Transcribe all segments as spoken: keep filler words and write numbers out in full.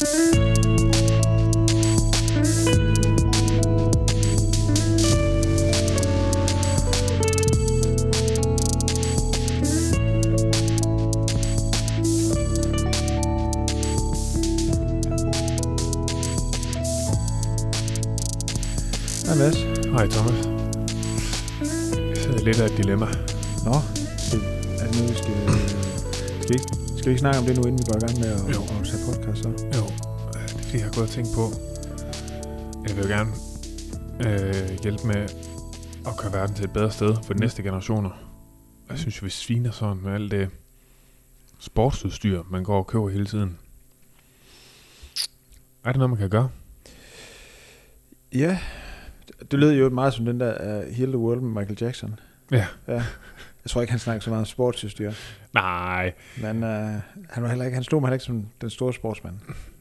Hej Mads. Hej Thomas. Jeg sidder lidt af et dilemma. Nå, det, er det noget, vi skal, skal, vi ikke, skal vi ikke snakke om det nu, inden vi går i gang med at, at, at tage podcast så? Jo, det er fordi, jeg har gået og tænkt på, jeg vil jo gerne øh, hjælpe med at gøre verden til et bedre sted for de næste generationer. Jeg synes jo, vi sviner sådan med alt det sportsudstyr, man går og køber hele tiden. Er det noget, man kan gøre? Ja, det lød jo meget som den der uh, Heal the World med Michael Jackson. Ja. Ja. Jeg tror ikke, han snakker så meget om sportsudstyr. Nej. Men uh, han, var heller ikke, han slog mig heller ikke som den store sportsmand.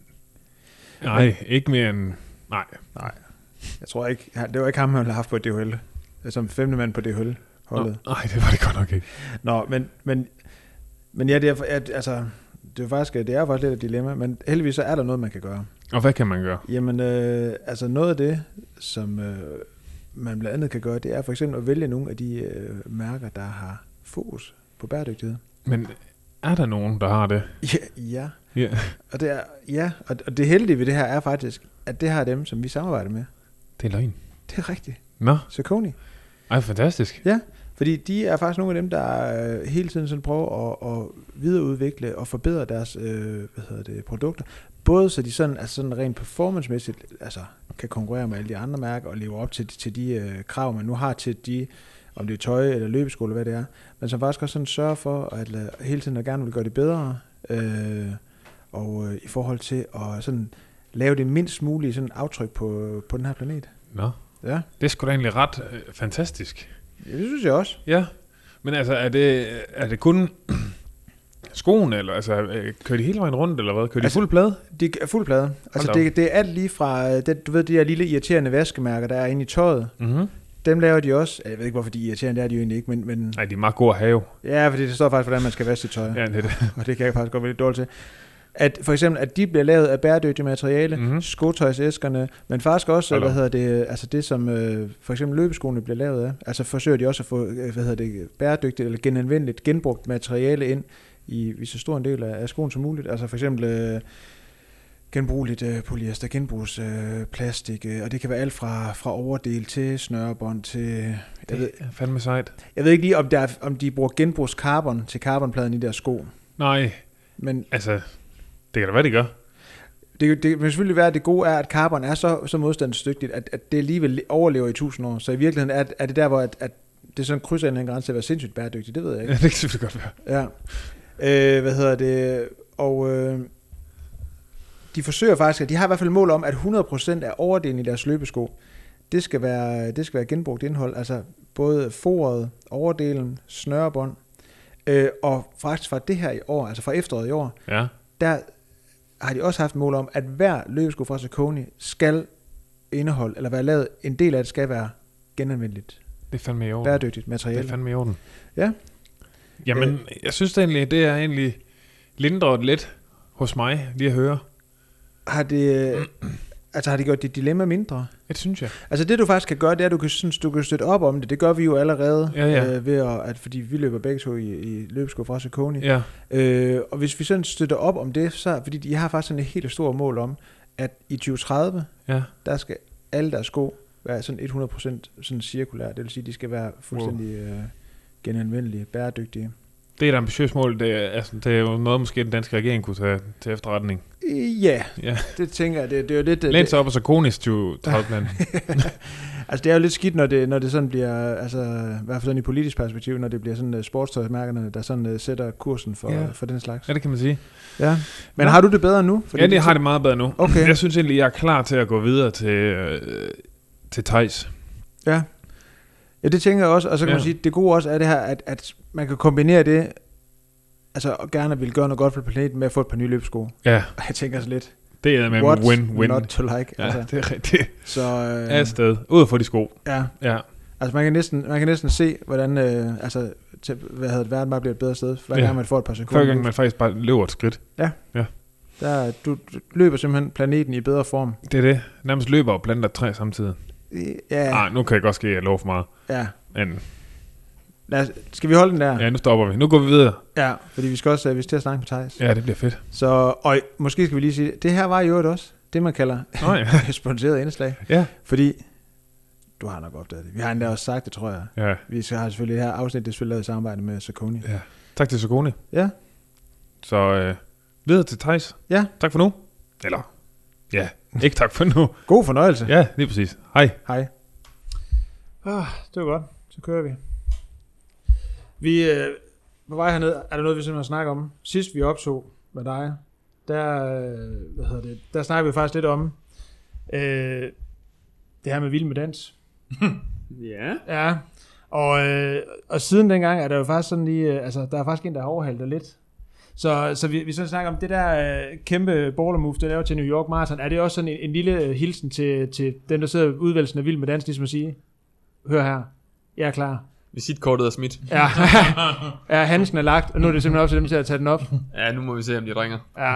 Nej, Men, ikke mere end... Nej. Nej. Jeg tror ikke... Det var ikke ham, han havde haft på D H L. Som femte mand på D H L-holdet. Nej, det var det godt nok ikke. Nå, men... men men ja, det er, altså... Det er faktisk, det er faktisk lidt et dilemma, men heldigvis så er der noget, man kan gøre. Og hvad kan man gøre? Jamen, øh, altså noget af det, som øh, man blandt andet kan gøre, det er for eksempel at vælge nogle af de øh, mærker, der har fokus på bæredygtighed. Men er der nogen, der har det? Ja, ja. Yeah. Og det er, ja, og, og det heldige ved det her er faktisk, at det har dem, som vi samarbejder med. Det er løgn. Det er rigtigt. Nå. Saucony. Ej, fantastisk. Ja, fordi de er faktisk nogle af dem, der øh, hele tiden sådan prøver at, at videreudvikle og forbedre deres øh, hvad hedder det, produkter. Både så de sådan, altså sådan rent performancemæssigt altså, kan konkurrere med alle de andre mærker og leve op til, til de øh, krav, man nu har til de, om det er tøj eller løbesko eller hvad det er. Men som faktisk også sådan sørger for at lade, hele tiden at gerne vil gøre det bedre. Øh, og øh, i forhold til at sådan, lave det mindst mulige sådan, aftryk på, på den her planet. Nå. Ja. Det er sgu da egentlig ret øh, fantastisk. Ja, det synes jeg også. Ja, men altså, er det, er det kun skoene, eller altså, kører de hele vejen rundt, eller hvad? Kører de altså, fuld plade? De er fuld plade. Altså, det, det er alt lige fra, det, du ved, de her lille irriterende vaskemærker, der er inde i tøjet. Mm-hmm. Dem laver de også. Jeg ved ikke, hvorfor de er irriterende, det er de jo egentlig ikke, men... men nej, de er meget gode at have. Ja, fordi det står faktisk, hvordan man skal vaske sit tøj. Ja, det er det. Og det kan jeg faktisk godt være lidt dårligt til. At for eksempel, at de bliver lavet af bæredygtige materiale, mm-hmm. skotøjsæskerne, men faktisk også, Hello. hvad hedder det, altså det som øh, for eksempel løbeskoene bliver lavet af. Altså forsøger de også at få, hvad hedder det, bæredygtigt eller genanvendeligt, genbrugt materiale ind i, i så stor en del af, af skoen som muligt. Altså for eksempel øh, genbrugeligt øh, polyester, genbrugs øh, plastik, øh, og det kan være alt fra, fra overdel til snørebånd til... Jeg det ved, er fandme sejt. Jeg ved ikke lige, om, der er, om de bruger genbrugskarbon til carbonpladen i deres sko. Nej, men altså... Det kan da være, de gør. Det, det vil selvfølgelig være, at det gode er, at carbon er så, så modstandsdygtigt, at, at det alligevel overlever i tusind år. Så i virkeligheden er, er det der, hvor at, at det sådan krydser en grænse til at være sindssygt bæredygtigt. Det ved jeg ikke. Ja, det kan selvfølgelig godt være. Ja. Øh, hvad hedder det? Og øh, de forsøger faktisk, at de har i hvert fald mål om, at hundrede procent af overdelen i deres løbesko, det skal være, det skal være genbrugt indhold. Altså både foret, overdelen, snørebånd. Øh, og faktisk fra det her i år, altså fra efteråret i år, ja. der har de også haft mål om, at hver løbesko fra Saucony skal indeholde, eller være lavet, en del af det skal være genanvendeligt. Det er fandme i orden. Bæredygtigt materiale. Det er fandme i orden. Ja. Jamen, øh, jeg synes det egentlig, det er egentlig lindret lidt hos mig, lige at høre. Har det, altså har det gjort dit dilemma mindre? Det synes jeg. Altså det du faktisk kan gøre, det er, at du kan, synes, du kan støtte op om det. Det gør vi jo allerede, ja, ja. Øh, ved at, at, fordi vi løber begge to i, i løbesko fra Saucony. Ja. Øh, og hvis vi sådan støtter op om det, så fordi de har faktisk sådan et helt stort mål om, at i tyve tredive, ja. Der skal alle deres sko være sådan hundrede procent sådan cirkulære. Det vil sige, at de skal være fuldstændig wow. øh, genanvendelige, bæredygtige. Det er et ambitiøst mål. Det er, altså, det er jo noget, måske den danske regering kunne tage til efterretning. Ja, ja. Det tænker jeg. Det, det er jo lidt... Læn sig op og så Sauconys tyve tredive-plan. Altså det er jo lidt skidt, når det, når det sådan bliver, altså i hvert fald sådan i politisk perspektiv, når det bliver sådan uh, sportstøjsmærkerne, der sådan uh, sætter kursen for, ja. for den slags. Ja, det kan man sige. Ja. Men ja. Har du det bedre nu? Fordi ja, det har det meget bedre nu. Okay. Jeg synes egentlig, jeg er klar til at gå videre til, øh, til Theis. Ja. Ja, det tænker jeg også. Og så kan ja. man sige, det gode også er det her, at, at man kan kombinere det, altså og gerne vil gøre noget godt for planeten med at få et par nye løbesko. Ja. Og jeg tænker så lidt. Det er med win-win. Not to like. Ja, altså. det er rigtigt. Så øh, afsted. Ud at få de sko. Ja. Ja. Altså man kan næsten, man kan næsten se, hvordan øh, altså, til, hvad hedder det, verden bare bliver et bedre sted, hver ja. gang man får et par sekunder. Hver gang man faktisk bare løber et skridt. Ja. Ja. Der, du, du løber simpelthen planeten i bedre form. Det er det. Nærmest løber og planter et træ samtidig. Ja. Nej, nu kan jeg godt ske, at jeg lover for meget. Ja. Men, Lad os, skal vi holde den der? ja, nu stopper vi. Nu går vi videre. Ja, fordi vi skal også uh, vi skal til at snakke med Theis. Ja, det bliver fedt. Så, og måske skal vi lige sige, det her var jo også det, man kalder oh, ja. sponsoreret indslag. Ja. Fordi, du har nok opdaget det. Vi har endda også sagt det, tror jeg. Ja. Vi skal have selvfølgelig det her afsnit, det er selvfølgelig lavet i samarbejde med Saucony. Ja. Tak til Saucony. Ja. Så øh, videre til Theis. Ja. Tak for nu. Eller, ja, ikke tak for nu. God fornøjelse. Ja, lige præcis. Hej. Hej. Ah, det var godt. Så kører vi. Vi øh, på vej herned, er der noget, vi simpelthen snakker om. Sidst vi optog med dig, der, øh, hvad hedder det, der snakker vi faktisk lidt om øh, det her med Vild med Dans. Ja. Ja, og, øh, og siden dengang er der jo faktisk sådan lige, øh, altså der er faktisk en, der har overhalet det lidt. Så, så vi, vi sådan snakker om det der øh, kæmpe baller move, det laver til New York Marathon. Er det også sådan en, en lille øh, hilsen til, til dem, der sidder udvælgelsen af Vild med Dans, ligesom at sige, hør her, jeg er klar. Visitkortet er smidt. Ja, ja, Hansen er lagt, og nu er det simpelthen op til dem til at tage den op. Ja, nu må vi se, om de ringer. Ja.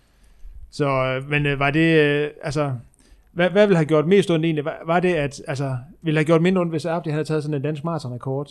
Så, øh, men øh, var det, øh, altså, hvad, hvad ville have gjort mest ondt egentlig? Var, var det, at, altså, ville have gjort mindre ondt, hvis Abdi havde taget sådan en dansk maratonrekord,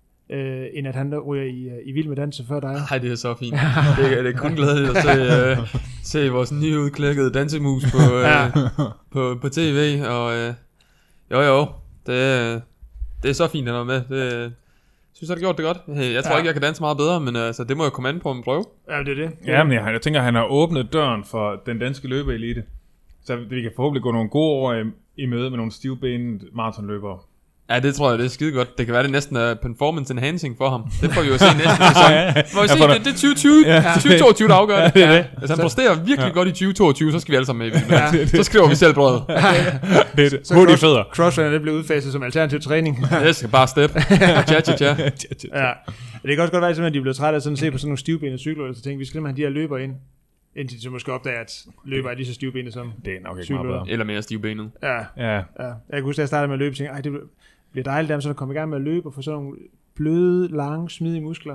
øh, end at han ryger i, i Vild med Dans før dig? Nej, det er så fint. det, er, det er kun glædeligt at se, uh, se vores nyudklækkede dansemus på, uh, ja. på, på tv, og uh, jo jo, det, det er så fint, at han er med. Det, synes jeg, har gjort det godt. Jeg tror ja. ikke, jeg kan danse meget bedre, men altså, det må jeg komme an på en prøve. Ja, det er det. Ja, men jeg, jeg tænker, at han har åbnet døren for den danske løbeelite. Så vi kan forhåbentlig gå nogle gode år i, i møde med nogle stivbenede maratonløbere. Ja, det tror jeg, det er skide godt. Det kan være, det næsten er performance enhancing for ham. Det får vi jo se næste sæson. Må vi se, det, det er tyve tyve, ja. tyve toogtyve, der afgør det. Ja, det, det. Hvis han præsterer virkelig ja. godt i tyve toogtyve, så skal vi alle sammen med i ja. det, det. Så skriver vi selv brødet. Ja. Det er det. Hurtige fødder. Crossfit, det bliver udfaset som alternativ træning. Det skal bare step. Tja, tja, tja. Ja. Det kan også godt være, at de bliver trætte af sådan at se på sådan nogle stivbenede cykler, og så tænker vi, skal simpelthen have de her løber ind. Indtil de så måske opdager, at løber er lige så stivbenet som det er nok ikke cykler. meget bedre. Eller mere stivbenet. Ja. ja. ja. Jeg kan huske, at jeg startede med at løbe, og tænkte, ej, det bliver dejligt, der så komme i gang med at løbe og få sådan nogle bløde, lange, smidige muskler.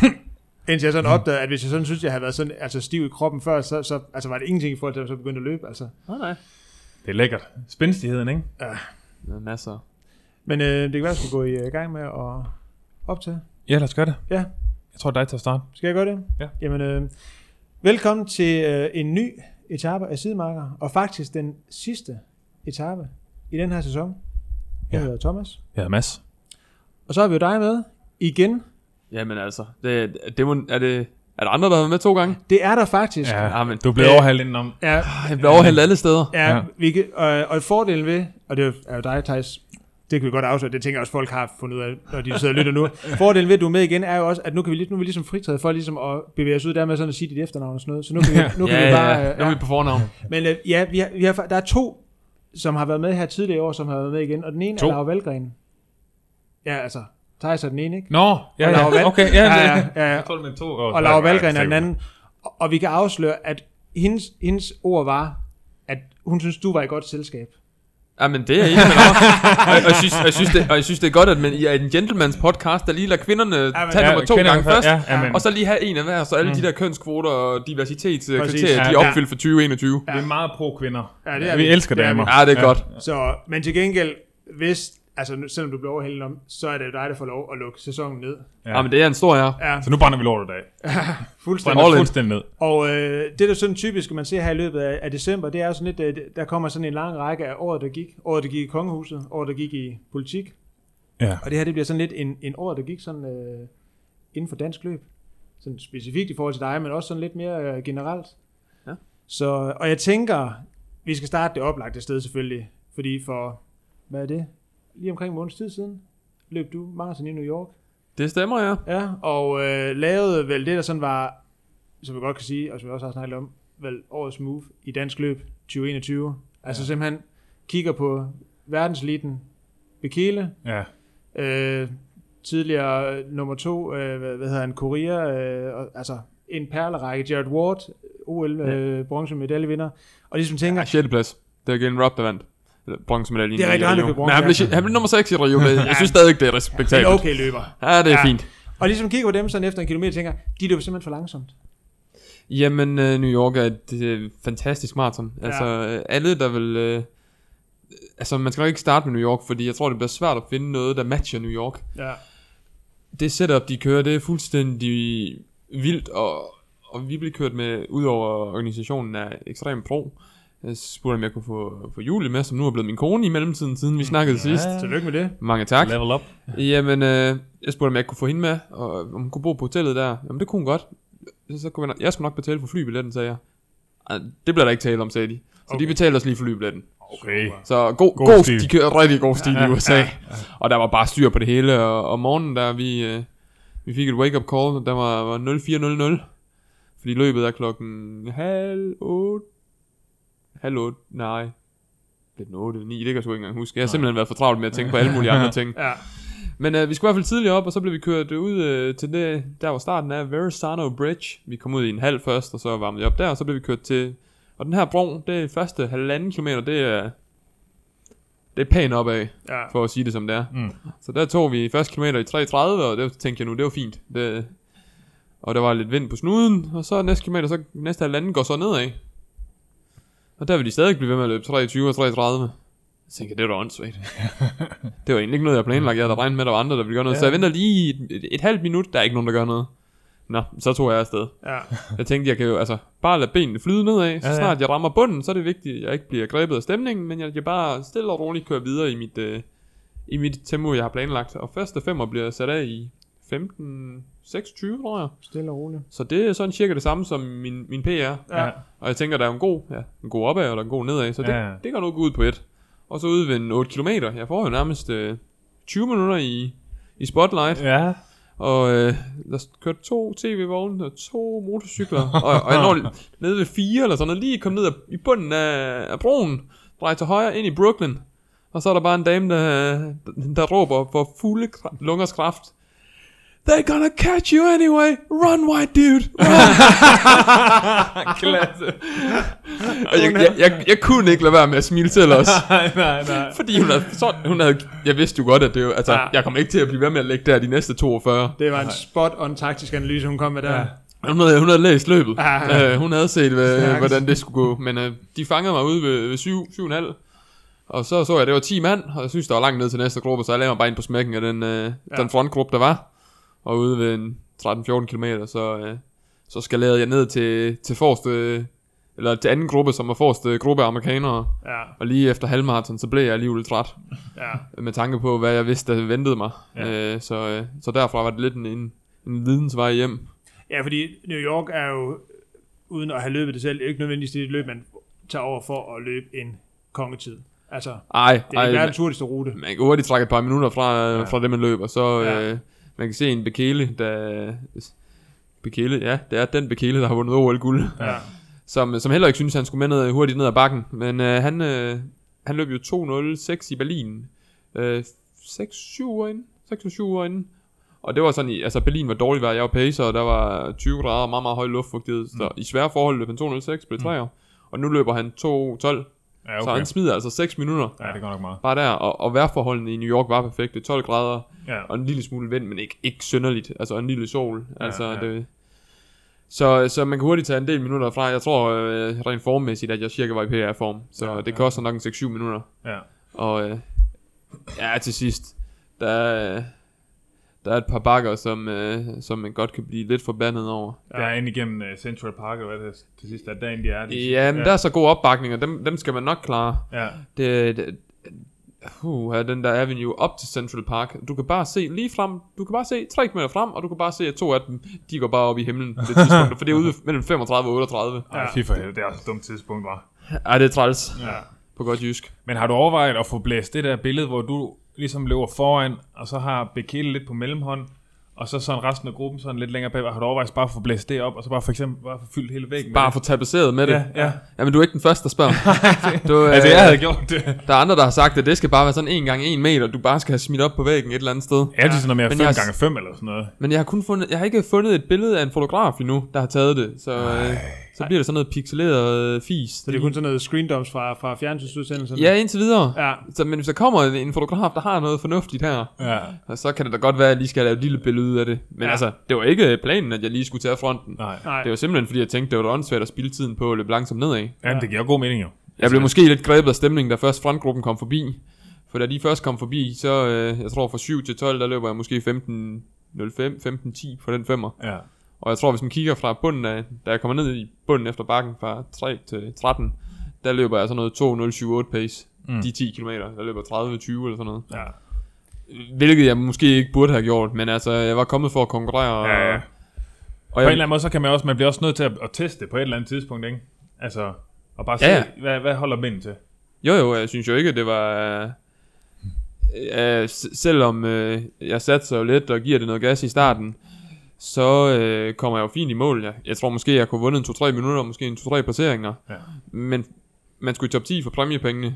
Indtil jeg sådan opdagede, at hvis jeg sådan synes, at jeg havde været sådan altså stiv i kroppen før, så, så altså var det ingenting i forhold til, at jeg så begyndte at løbe. Altså. Oh, nej. Det er lækkert. Spændstigheden, ikke? Ja. Der er masser. Men øh, det kan være, at jeg skal gå i gang med at optage. Ja, lad os gøre det. Ja. Jeg tror, det er dig til at starte. Skal jeg gøre det? Ja. Jamen, øh, velkommen til øh, en ny etape af Sidemarker, og faktisk den sidste etape i den her sæson. Jeg ja. hedder Thomas. Jeg hedder Mads. Og så har vi jo dig med igen. Jamen altså, det, det må, er, det, er der andre, der har været med to gange? Det er der faktisk. Ja, ja men, du blev øh, overhældt indenom. Ja, jeg blev overhældt alle steder. Ja, ja. Vi kan, og, og fordelen ved, og det er jo dig, Theis, det kan vi godt afsløre, det tænker jeg også, folk har fundet ud af, når de sidder og lytter nu. Fordelen ved, at du er med igen, er jo også, at nu kan vi, nu er vi ligesom fritaget for ligesom at bevæge os ud der med sådan at sige dit efternavn og sådan noget. Så nu kan vi, nu kan ja, vi bare... Ja, nu er vi på fornavn. Men øh, ja, vi har, vi har, der er to, som har været med her tidligere i år, som har været med igen, og den ene to. er Laura Valgren. Ja, altså, Theis er den ene, ikke? Nå, ja, ja, Val- okay, ja, ja, ja. ja. Jeg tror, det med to år. Og Laura Valgren er den anden. Og, og vi kan afsløre, at hendes, hendes ord var, at hun synes, du var i godt selskab. Ja, men det er ikke og, og, jeg synes, jeg synes det, og jeg synes det er godt, at man i en gentlemans podcast, der lige lader kvinderne ja, tage ja, nummer to gange først, ja, ja, og så lige have en af hver, så alle mm. de der kønskvoter og diversitetskriterier, ja, de er opfyldt for tyve enogtyve. Ja. Vi er meget pro kvinder. Ja, det er vi. vi elsker damer. Ja, det er ja. godt. Så, men til gengæld, hvis, altså selvom du bliver overhældet om, så er det jo dig, der får lov at lukke sæsonen ned. Ja, ja men det er en stor her. Ja. Så nu brænder vi lortet af. fuldstændig. fuldstændig ned. Og øh, det der sådan typisk, man ser her i løbet af, af december, det er jo sådan lidt, øh, der kommer sådan en lang række af året, der gik. Året, der gik i kongehuset, året, der gik i politik. Ja. Og det her, det bliver sådan lidt en, en år, der gik sådan øh, inden for dansk løb. Sådan specifikt i forhold til dig, men også sådan lidt mere øh, generelt. Ja. Så, og jeg tænker, vi skal starte det oplagte sted selvfølgelig, fordi for, hvad er det? Lige omkring en måneds tid siden, løb du maraton i New York. Det stemmer, ja. Ja, og øh, lavede vel det, der sådan var, som vi godt kan sige, og som vi også har snakket om, vel årets move i dansk løb tyve enogtyve. Altså ja. simpelthen kigger på verdenseliten Bekele. Ja. Øh, tidligere øh, nummer to, øh, hvad, hvad hedder han, Korea, øh, og, altså en perlerække, Jared Ward, O L øh, ja. bronzemedaljevinder. Og ligesom tænker... Ja, sjette plads. Det er igen Rob, der vandt. Bronzemedaljen. Det er rigtig rart, men han blev, han blev nummer seks i Rio, men jeg synes stadig ikke, det er respektabelt. Ja, okay løber. Ja, det er ja. fint. Og ligesom kigger på dem sådan efter en kilometer, tænker, de løber simpelthen for langsomt. Jamen, uh, New York er et uh, fantastisk maraton. Ja. Altså, uh, alle der vil... Uh, altså, man skal nok ikke starte med New York, fordi jeg tror, det bliver svært at finde noget, der matcher New York. Ja. Det setup, de kører, det er fuldstændig vildt, og, og vi blev kørt med, udover organisationen er ekstremt pro. Jeg spurgte, om jeg kunne få, få Julie med, som nu er blevet min kone i mellemtiden, siden vi snakkede ja. sidst. Tillykke med det. Mange tak. Level up. Jamen, øh, jeg spurgte, om jeg kunne få hende med, og om hun kunne bo på hotellet der. Jamen, det kunne hun godt. Så, så kunne jeg, jeg skulle nok betale for flybilletten, sagde jeg. Det bliver der ikke tale om, sagde de. Så okay. de betalte os lige for flybilletten. Okay. Så god, god, god stil. De kører rigtig god stil ja, i U S A. Ja, ja. Og der var bare styr på det hele. Og om morgenen der, vi, øh, vi fik et wake-up call, der var, var nul fire nul nul. Fordi løbet er klokken halv otte. Halv otte, nej. Lidt otte, ni, det kan jeg sgu ikke engang huske. Jeg har nej. simpelthen været for travlt med at tænke på alle mulige andre ting. Ja. Men øh, vi skulle i hvert fald tidligere op, og så blev vi kørt ud øh, til det, der hvor starten er, Verrazano Bridge. Vi kom ud i en halv først, og så varmede vi op der, og så blev vi kørt til... Og den her bro, det er første halvanden kilometer, det er... Det er pænt opad, ja. for at sige det som det er. Mm. Så der tog vi første kilometer i tre tredive, og det tænkte jeg nu, det var fint. Det, og der var lidt vind på snuden, og så næste kilometer, så næste halvanden går så nedad. Og der vil de stadig blive ved med at løbe treogtyve og tre tredive. Jeg tænkte, det var da åndssvagt. Det var egentlig ikke noget, jeg planlagt. Jeg havde regnet med, at der var andre, der ville gøre noget. Ja. Så jeg venter lige et, et, et halvt minut, der er ikke nogen, der gør noget. Nå, så tog jeg afsted. Ja. Jeg tænkte, jeg kan jo altså bare lade benene flyde nedad. Så ja, ja. snart jeg rammer bunden, så er det vigtigt, at jeg ikke bliver grebet af stemningen, men jeg kan bare stille og roligt køre videre i mit, øh, i mit tempo, jeg har planlagt. Og første femmer bliver sat af i femten seksogtyve, tror jeg. Stille og roligt. Så det er sådan cirka det samme som min, min P R. Ja. Og jeg tænker, der er en god, ja, en god opad, og der er en god nedad, så det, ja. det kan nok gå ud på et. Og så ude ved en otte kilometer. Jeg får jo nærmest øh, tyve minutter i, i spotlight. Ja. Og øh, der kørte to tv-vogne og to motorcykler. og, og jeg når nede ved fire eller sådan noget, lige kom ned af, i bunden af, af broen, drejer til højre ind i Brooklyn. Og så er der bare en dame, der, der råber for fulde lungers kraft. They're gonna catch you anyway. Run, white dude. Run. Klasse. Og jeg, jeg, jeg, jeg kunne ikke lade være med at smile til os. nej, nej, nej. Fordi hun havde, så, hun havde, jeg vidste jo godt, at det jo, altså, ja. jeg kommer ikke til at blive ved med at lægge der de næste toogfyrre. Det var en spot-on taktisk analyse, hun kom med der. Ja. Hun havde, hun havde læst løbet. Ja. Uh, hun havde set, hvad, hvordan det skulle gå. Men uh, de fangede mig ude ved, ved syv, syv komma fem. Og så så jeg, det var ti mand, og jeg synes, der var langt ned til næste gruppe, så jeg lavede mig bare ind på smækken af den, uh, ja. den frontgruppe, der var. Og ude ved en tretten fjorten kilometer, så, øh, så skalerede jeg ned til, til forreste, eller til anden gruppe, som var forreste gruppe af amerikanere. Ja. Og lige efter halvmarathon, så blev jeg alligevel træt. Ja. Med tanke på, hvad jeg vidste, der ventede mig. Ja. Øh, så, øh, så derfra var det lidt en, en, en vidensvej hjem. Ja, fordi New York er jo, uden at have løbet det selv, ikke nødvendigvis det løb, man tager over for at løbe en kongetid. Altså, ej, det er ikke verdens hurtigste rute. Man kan hurtigt trække et par minutter fra, ja. fra det, man løber, så... Ja. Øh, Man kan se en Bekele, der... Bekele, ja, det er den Bekele, der har vundet O L-guld. Ja. Som, som heller ikke synes, han skulle med ned, hurtigt ned ad bakken. Men øh, han, øh, han løb jo to nul seks i Berlin. Øh, seks syv uger inden. seks syv uger inden. Og det var sådan, i, altså Berlin var dårligt vejr. Jeg var pacer, og der var tyve grader og meget, meget høj luftfugtighed. Så mm. i svære forhold løb han to nul seks, blev tre år. Og nu løber han to tolv. Ja, okay. Så han smider altså seks minutter. Ja, det går nok meget. Bare der, og, og vejrforholdene i New York var perfekte. tolv grader, ja. Og en lille smule vind, men ikke, ikke synderligt. Altså en lille sol. Ja, altså, ja. Det, så, så man kan hurtigt tage en del minutter fra. Jeg tror øh, rent formmæssigt, at jeg cirka var i P R-form. Så ja, det koster ja. nok en seks syv minutter. Ja. Og øh, ja, til sidst, der, der er et par bakker, som, øh, som man godt kan blive lidt forbandet over. Der er ind igennem uh, Central Park, eller hvad det til sidst er, der egentlig er. De ja, men ja. der er så gode opbakninger, dem, dem skal man nok klare. Ja. Det, det, uh, den der avenue op til Central Park, du kan bare se lige frem, du kan bare se tre kilometer frem, og du kan bare se, at to af dem, de går bare op i himlen på det tidspunkt, for det er ude mellem femogtredive og otteogtredive. Ja, fy for helvede, det er også et dumt tidspunkt, var. Ja, det er træls. Ja. På godt jysk. Men har du overvejet at få blæst det der billede, hvor du ligesom løber foran, og så har Bekele lidt på mellemhånd, og så sådan resten af gruppen sådan lidt længere bag. Har du overvejet bare at få blæst det op, og så bare for eksempel bare få fyldt hele væggen? Bare få tapetseret med det? Ja, ja. Jamen du er ikke den første, der spørger. du, altså jeg havde gjort det. Der er andre, der har sagt, at det skal bare være sådan en gange en meter, du bare skal have smidt op på væggen et eller andet sted. Ja, det er sådan noget mere fem gange fem eller sådan noget. Men jeg har kun fundet, jeg har ikke fundet et billede af en fotograf endnu, der har taget det. Så, øh, så bliver det sådan noget pixeleret fis. Så det er kun sådan noget screendumps fra, fra fjernsynsudsendelsen? Ja, indtil videre. Ja. Så, men hvis der kommer en fotograf, der har noget fornuftigt her, ja. så kan det da godt være, at jeg lige skal lave et lille billede ud af det. Men ja. altså, det var ikke planen, at jeg lige skulle tage fronten. Nej. Det var simpelthen, fordi jeg tænkte, det var åndssvagt at spilde tiden på at løbe langsomt nedad. Ja, det giver god mening jo. Jeg blev måske lidt grebet af stemningen, da først frontgruppen kom forbi. For da de først kom forbi, så øh, jeg tror fra syv til tolv, der løber jeg måske femten nul fem, femten ti for den femmer. Ja. Og jeg tror, hvis man kigger fra bunden af, da jeg kommer ned i bunden efter bakken fra tre til tretten, der løber jeg sådan noget to nul syv otte pace. Mm. De ti kilometer, der løber tredive tyve eller sådan noget. Ja. Hvilket jeg måske ikke burde have gjort, men altså, jeg var kommet for at konkurrere. Ja, ja. Og, og på jeg, en eller anden måde, så kan man også, man bliver også nødt til at, at teste på et eller andet tidspunkt, ikke? Altså, og bare se, ja, ja. Hvad, hvad holder binden til? Jo jo, jeg synes jo ikke, det var... Øh, selvom øh, jeg satser jo lidt og giver det noget gas i starten, så øh, kommer jeg jo fint i mål. Jeg, jeg tror måske, jeg kunne vundet en to tre minutter, måske en to tre placeringer. Ja. Men man skulle i top ti for præmiepengene.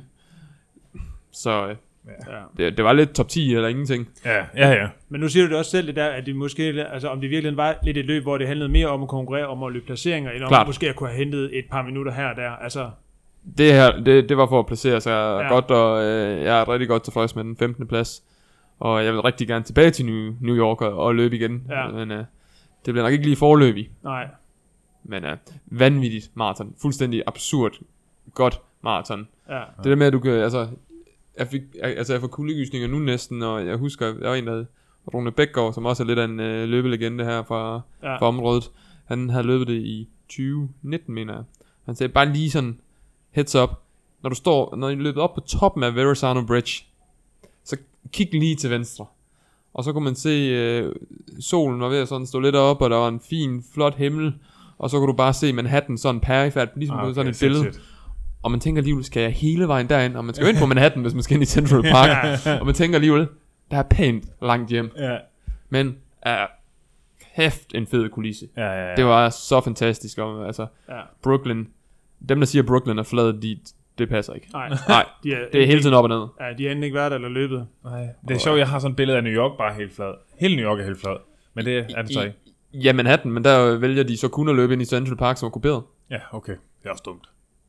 Så øh, ja. det, det var lidt top ti eller ingenting. Ja, ja, ja. Men nu siger du det også selv det der, at det måske, altså om det virkelig var lidt et løb, hvor det handlede mere om at konkurrere om at løbe placeringer, eller om Klart. måske at kunne have hentet et par minutter her og der. Altså Det her, det, det var for at placere sig ja. godt, og øh, jeg er rigtig godt tilfreds med den femtende plads. Og jeg vil rigtig gerne tilbage til New, New York og, og løbe igen. Ja. Men øh, det bliver nok ikke lige forløbig. Nej. Men øh, vanvittigt maraton. Fuldstændig absurd godt maraton. Ja. Det der med, at du kan, altså, jeg fik, altså jeg får kuldegysninger nu næsten, og jeg husker, jeg var en, der hed Rune Bækgaard, som også er lidt af en øh, løbelegende her fra, ja. fra området. Han havde løbet det i tyve nitten, mener jeg. Han sagde bare lige sådan, heads up, når du står, når I løbet op på toppen af Verrazano Bridge, så kig lige til venstre. Og så kunne man se, øh, solen var ved at sådan stå lidt op, og der var en fin, flot himmel. Og så kunne du bare se Manhattan sådan perifært, ligesom ah, okay, på sådan et billede. Shit. Og man tænker alligevel, skal jeg hele vejen derind? Og man skal jo ind på Manhattan, hvis man skal ind i Central Park. Og man tænker alligevel, der er pænt langt hjem. Ja. Men er hæft en fed kulisse. Ja, ja, ja. Det var så fantastisk. Og, altså, ja. Brooklyn, dem der siger Brooklyn er flad, de, det passer ikke. Nej, Nej de er, det er hele tiden op og ned. Ja, de har endelig ikke været der eller løbet. Nej. Det er sjovt, jeg har sådan et billede af New York bare helt flad. Hele New York er helt flad. Men det er det så ikke. Ja, Manhattan, men der vælger de så kun at løbe ind i Central Park, som er kuperet. Ja, okay. Det er også dumt.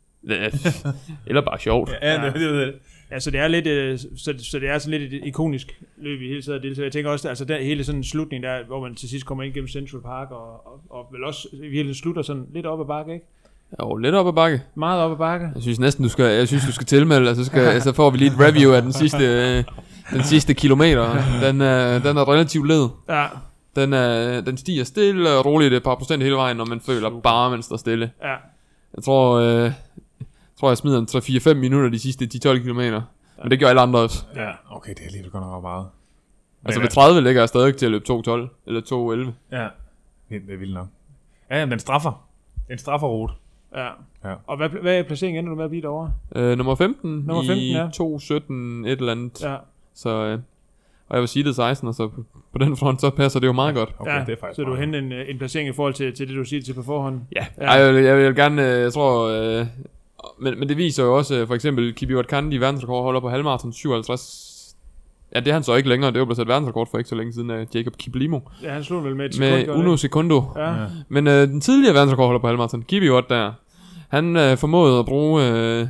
Eller bare sjovt. Ja, ja. Det, det, det. Ja, så det er lidt, øh, så, så det er sådan lidt et ikonisk løb i hele tiden. Jeg tænker også, altså der hele sådan en slutning der, hvor man til sidst kommer ind gennem Central Park og, og, og vel også virkelig slutter sådan lidt op ad bakke, ikke? Jo, lidt op ad bakke. Meget op ad bakke. Jeg synes næsten du skal, jeg synes du skal tilmelde, altså skal, så får vi lige et review af den sidste, øh, den sidste kilometer. Den er, den er relativt led. Ja. Den er, den stiger stille og roligt et par procent hele vejen, når man føler Super. bare man står stille. Ja. Jeg tror, øh, jeg tror jeg smider en tre fire fem minutter de sidste ti til tolv kilometer. Ja. Men det gør alle andre også. Ja, okay, det er lige godt nok meget. Altså ved tredive ligger jeg stadig til at løbe to tolv eller to elleve. Ja, det er vildt nok. Ja, jamen, den straffer. En strafferrute. Ja. Ja. Og hvad, hvad er placeringen ender du med at blive derovre? Øh, nummer femten. Nummer femten, i ja. to sytten et eller andet. Ja. Så, øh, og jeg vil sige det seksten, og så på, på den front, så passer det jo meget godt. Okay, ja, det er faktisk så du henter en, en placering i forhold til, til det, du siger til på forhånd? Ja, ja. Ej, jeg, vil, jeg vil gerne, jeg tror, øh, men, men det viser jo også, for eksempel Kibiwat Kandi, verdensrekord, holder på halvmarathon syvoghalvtreds. Ja, det er han så ikke længere. Det var blevet sat verdensrekord for ikke så længe siden af Jacob Kiplimo. Ja, han slog vel med et sekund. Med uno secundo. Ja. Ja. Men øh, den tidligere verdensrekord holder på halvmarathon, Kibiwat der, han øh, formåede at bruge, øh,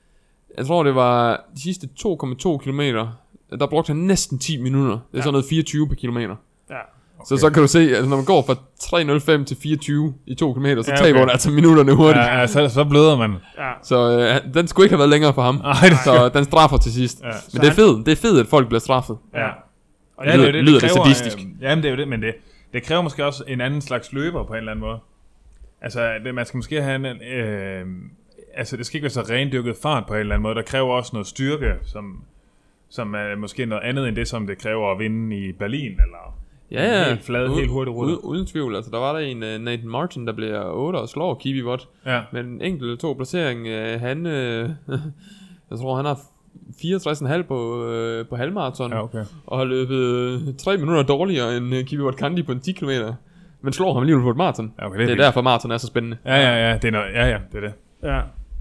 jeg tror det var de sidste to komma to kilometer, der brugte han næsten ti minutter. Det er ja. sådan noget fireogtyve per kilometer. Ja. Okay. Så så kan du se, altså når man går fra tre nul fem til fireogtyve i to kilometer, så ja, okay. taber man altså minutterne hurtigt. Ja, ja så, så bløder man. Ja. Så øh, den skulle ikke have været længere for ham. Ej, så den straffer til sidst. Ja. Men så det er fedt, det er fedt, at folk bliver straffet. Ja. Og det, lyder, det, det, lyder det, kræver, det sadistisk. Øh, jamen det er jo det, men det, det kræver måske også en anden slags løber på en eller anden måde. Altså det, man skal måske have en, øh, altså det skal ikke være så rendyrket fart på en eller anden måde. Der kræver også noget styrke, som, som er måske noget andet end det, som det kræver at vinde i Berlin, eller ja, ja. helt flad, U- helt hurtigt rulle. Uden, uden tvivl, altså der var der en uh, Nathan Martin, der bliver otte og slår Kibiwat. Ja. Men en enkelt eller to placering, uh, han, uh, jeg tror han har fireogtres komma fem på, uh, på halvmarathon, ja, okay. og har løbet uh, tre minutter dårligere end uh, Kibiwat Kandi på en ti kilometer. Men slår ham alligevel på et maraton. Ja, okay, det, det er derfor maraton er så spændende. Ja, ja, ja, det er noget, ja, ja, det er det. Ja.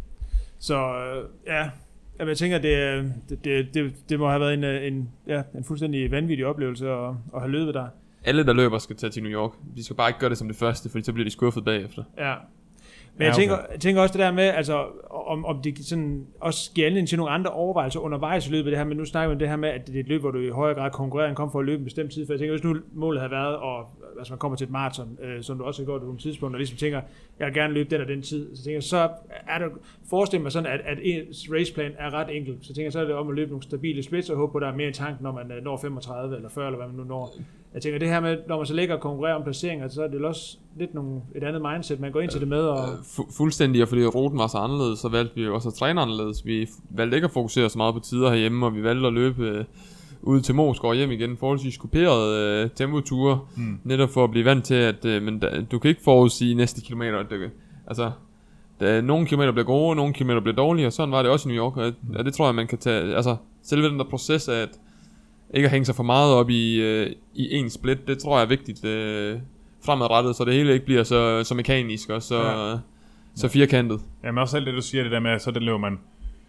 Så øh, ja, jeg tænker det, det, det, det må have været en, en, ja, en fuldstændig vanvittig oplevelse at, at have løbet der. Alle der løber skal tage til New York. De skal bare ikke gøre det som det første, fordi så bliver de skuffet bagefter. Ja. Men jeg tænker, jeg tænker også det der med, altså, om, om det sådan også giver anledning til nogle andre overvejelser undervejs i løbet af det her, men nu snakker vi om det her med, at det er et løb, hvor du i højere grad konkurrerer end kom for at løbe en bestemt tid, for jeg tænker, hvis nu målet har været, og altså man kommer til et maraton, øh, som du også har gjort på nogle tidspunkter, og ligesom tænker, jeg vil gerne løbe den og den tid, så tænker jeg, så er det, forestil mig sådan, at, at ens raceplan er ret enkelt, så tænker jeg, så er det om at løbe nogle stabile splits, og håbe på, at der er mere i tanken, når man når femogtredive eller fyrre, eller hvad man nu når. Jeg tænker, det her med, når man så ligger og konkurrerer om placeringer, så er det også lidt nogle, et andet mindset, man går ind til det med. Og Fu- fuldstændig, og fordi ruten var så anderledes, så valgte vi jo også at træne anderledes. Vi valgte ikke at fokusere så meget på tider herhjemme, og vi valgte at løbe øh, ud til Moskva og hjem igen, forholdsvis kuperede øh, tempoture, mm. netop for at blive vant til, at øh, men da, du kan ikke forudsige næste kilometer. At det, altså, da nogle kilometer bliver gode, og nogle kilometer bliver dårlige, og sådan var det også i New York, og, og det tror jeg, man kan tage, altså selve den der proces af, at ikke at hænge sig for meget op i, øh, i en split, det tror jeg er vigtigt øh, fremadrettet, så det hele ikke bliver så, så mekanisk og så, ja. så firkantet. Jamen også alt det, du siger, det der med, så det løber man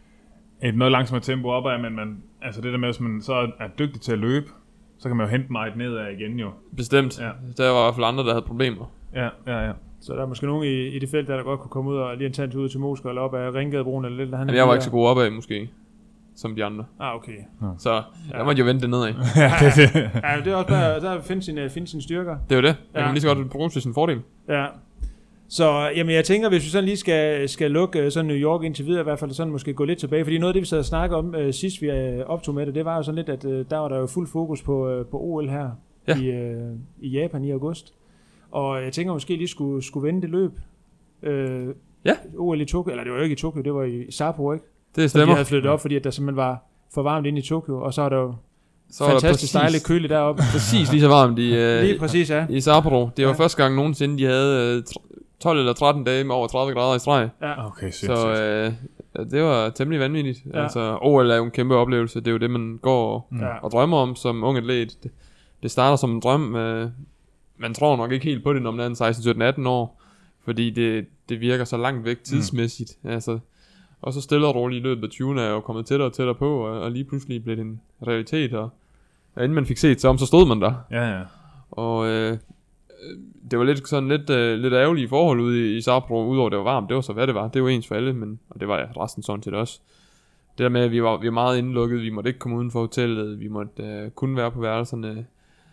et noget langsommere tempo opad, men man, altså det der med, hvis man så er dygtig til at løbe, så kan man jo hente meget nedad igen jo. Bestemt. Ja. Der var i hvert fald andre, der havde problemer. Ja, ja, ja. Så der er måske nogen i, i det felt, der, der godt kunne komme ud og lige en tand ud til Moskva, eller op ad Ringgadebroen eller lidt. Der han jeg var ikke så god opad måske, som de andre. Ah, okay. Ja. Så ja. Jeg måtte jo vente det nedad. ja, det, det. ja, det er også bare, der findes sine, findes sine styrker. Det er jo det. Jeg ja. kan lige så godt bruge til sin fordel. Ja. Så jamen, jeg tænker, hvis vi sådan lige skal, skal lukke sådan New York indtil videre, i hvert fald sådan måske gå lidt tilbage, fordi noget af det, vi sad og snakkede om uh, sidst, vi uh, optog med det, det var jo sådan lidt, at uh, der var der jo fuld fokus på, uh, på O L her ja. i, uh, i Japan i august. Og jeg tænker måske lige skulle, skulle vende det løb. Uh, ja. O L i Tokyo, eller det var jo ikke i Tokyo, det var i Sapporo, ikke? Det stemmer. Så de havde flyttet op, fordi at der simpelthen var for varmt inde i Tokyo, og så er der jo så fantastisk dejligt køligt deroppe. Præcis lige så varmt i, uh, lige præcis, ja. i Sapporo. Det var ja. første gang nogensinde, de havde uh, tolv eller tretten dage med over tredive grader i streg. Ja. Okay, så uh, det var temmelig vanvittigt. Ja. Altså, O L er jo en kæmpe oplevelse. Det er jo det, man går og, ja. og drømmer om som ung atlet. Det, det starter som en drøm. Uh, man tror nok ikke helt på det, når man er seksten, sytten, atten år. Fordi det, det virker så langt væk tidsmæssigt. Mm. Altså, og så stille og roligt i løbet af tyverne er jo kommet tættere og tættere på, og, og lige pludselig blev det en realitet. Og, og inden man fik set sig om, så stod man der. Ja, ja. Og øh, det var lidt sådan lidt, øh, lidt ærgerlige forhold ude i, i Sapporo, udover det var varmt. Det var så hvad det var. Det var ens for alle, men, og det var resten sådan set også. Det der med, at vi var, vi var meget indelukket. Vi måtte ikke komme uden for hotellet. Vi måtte øh, kun være på værelserne.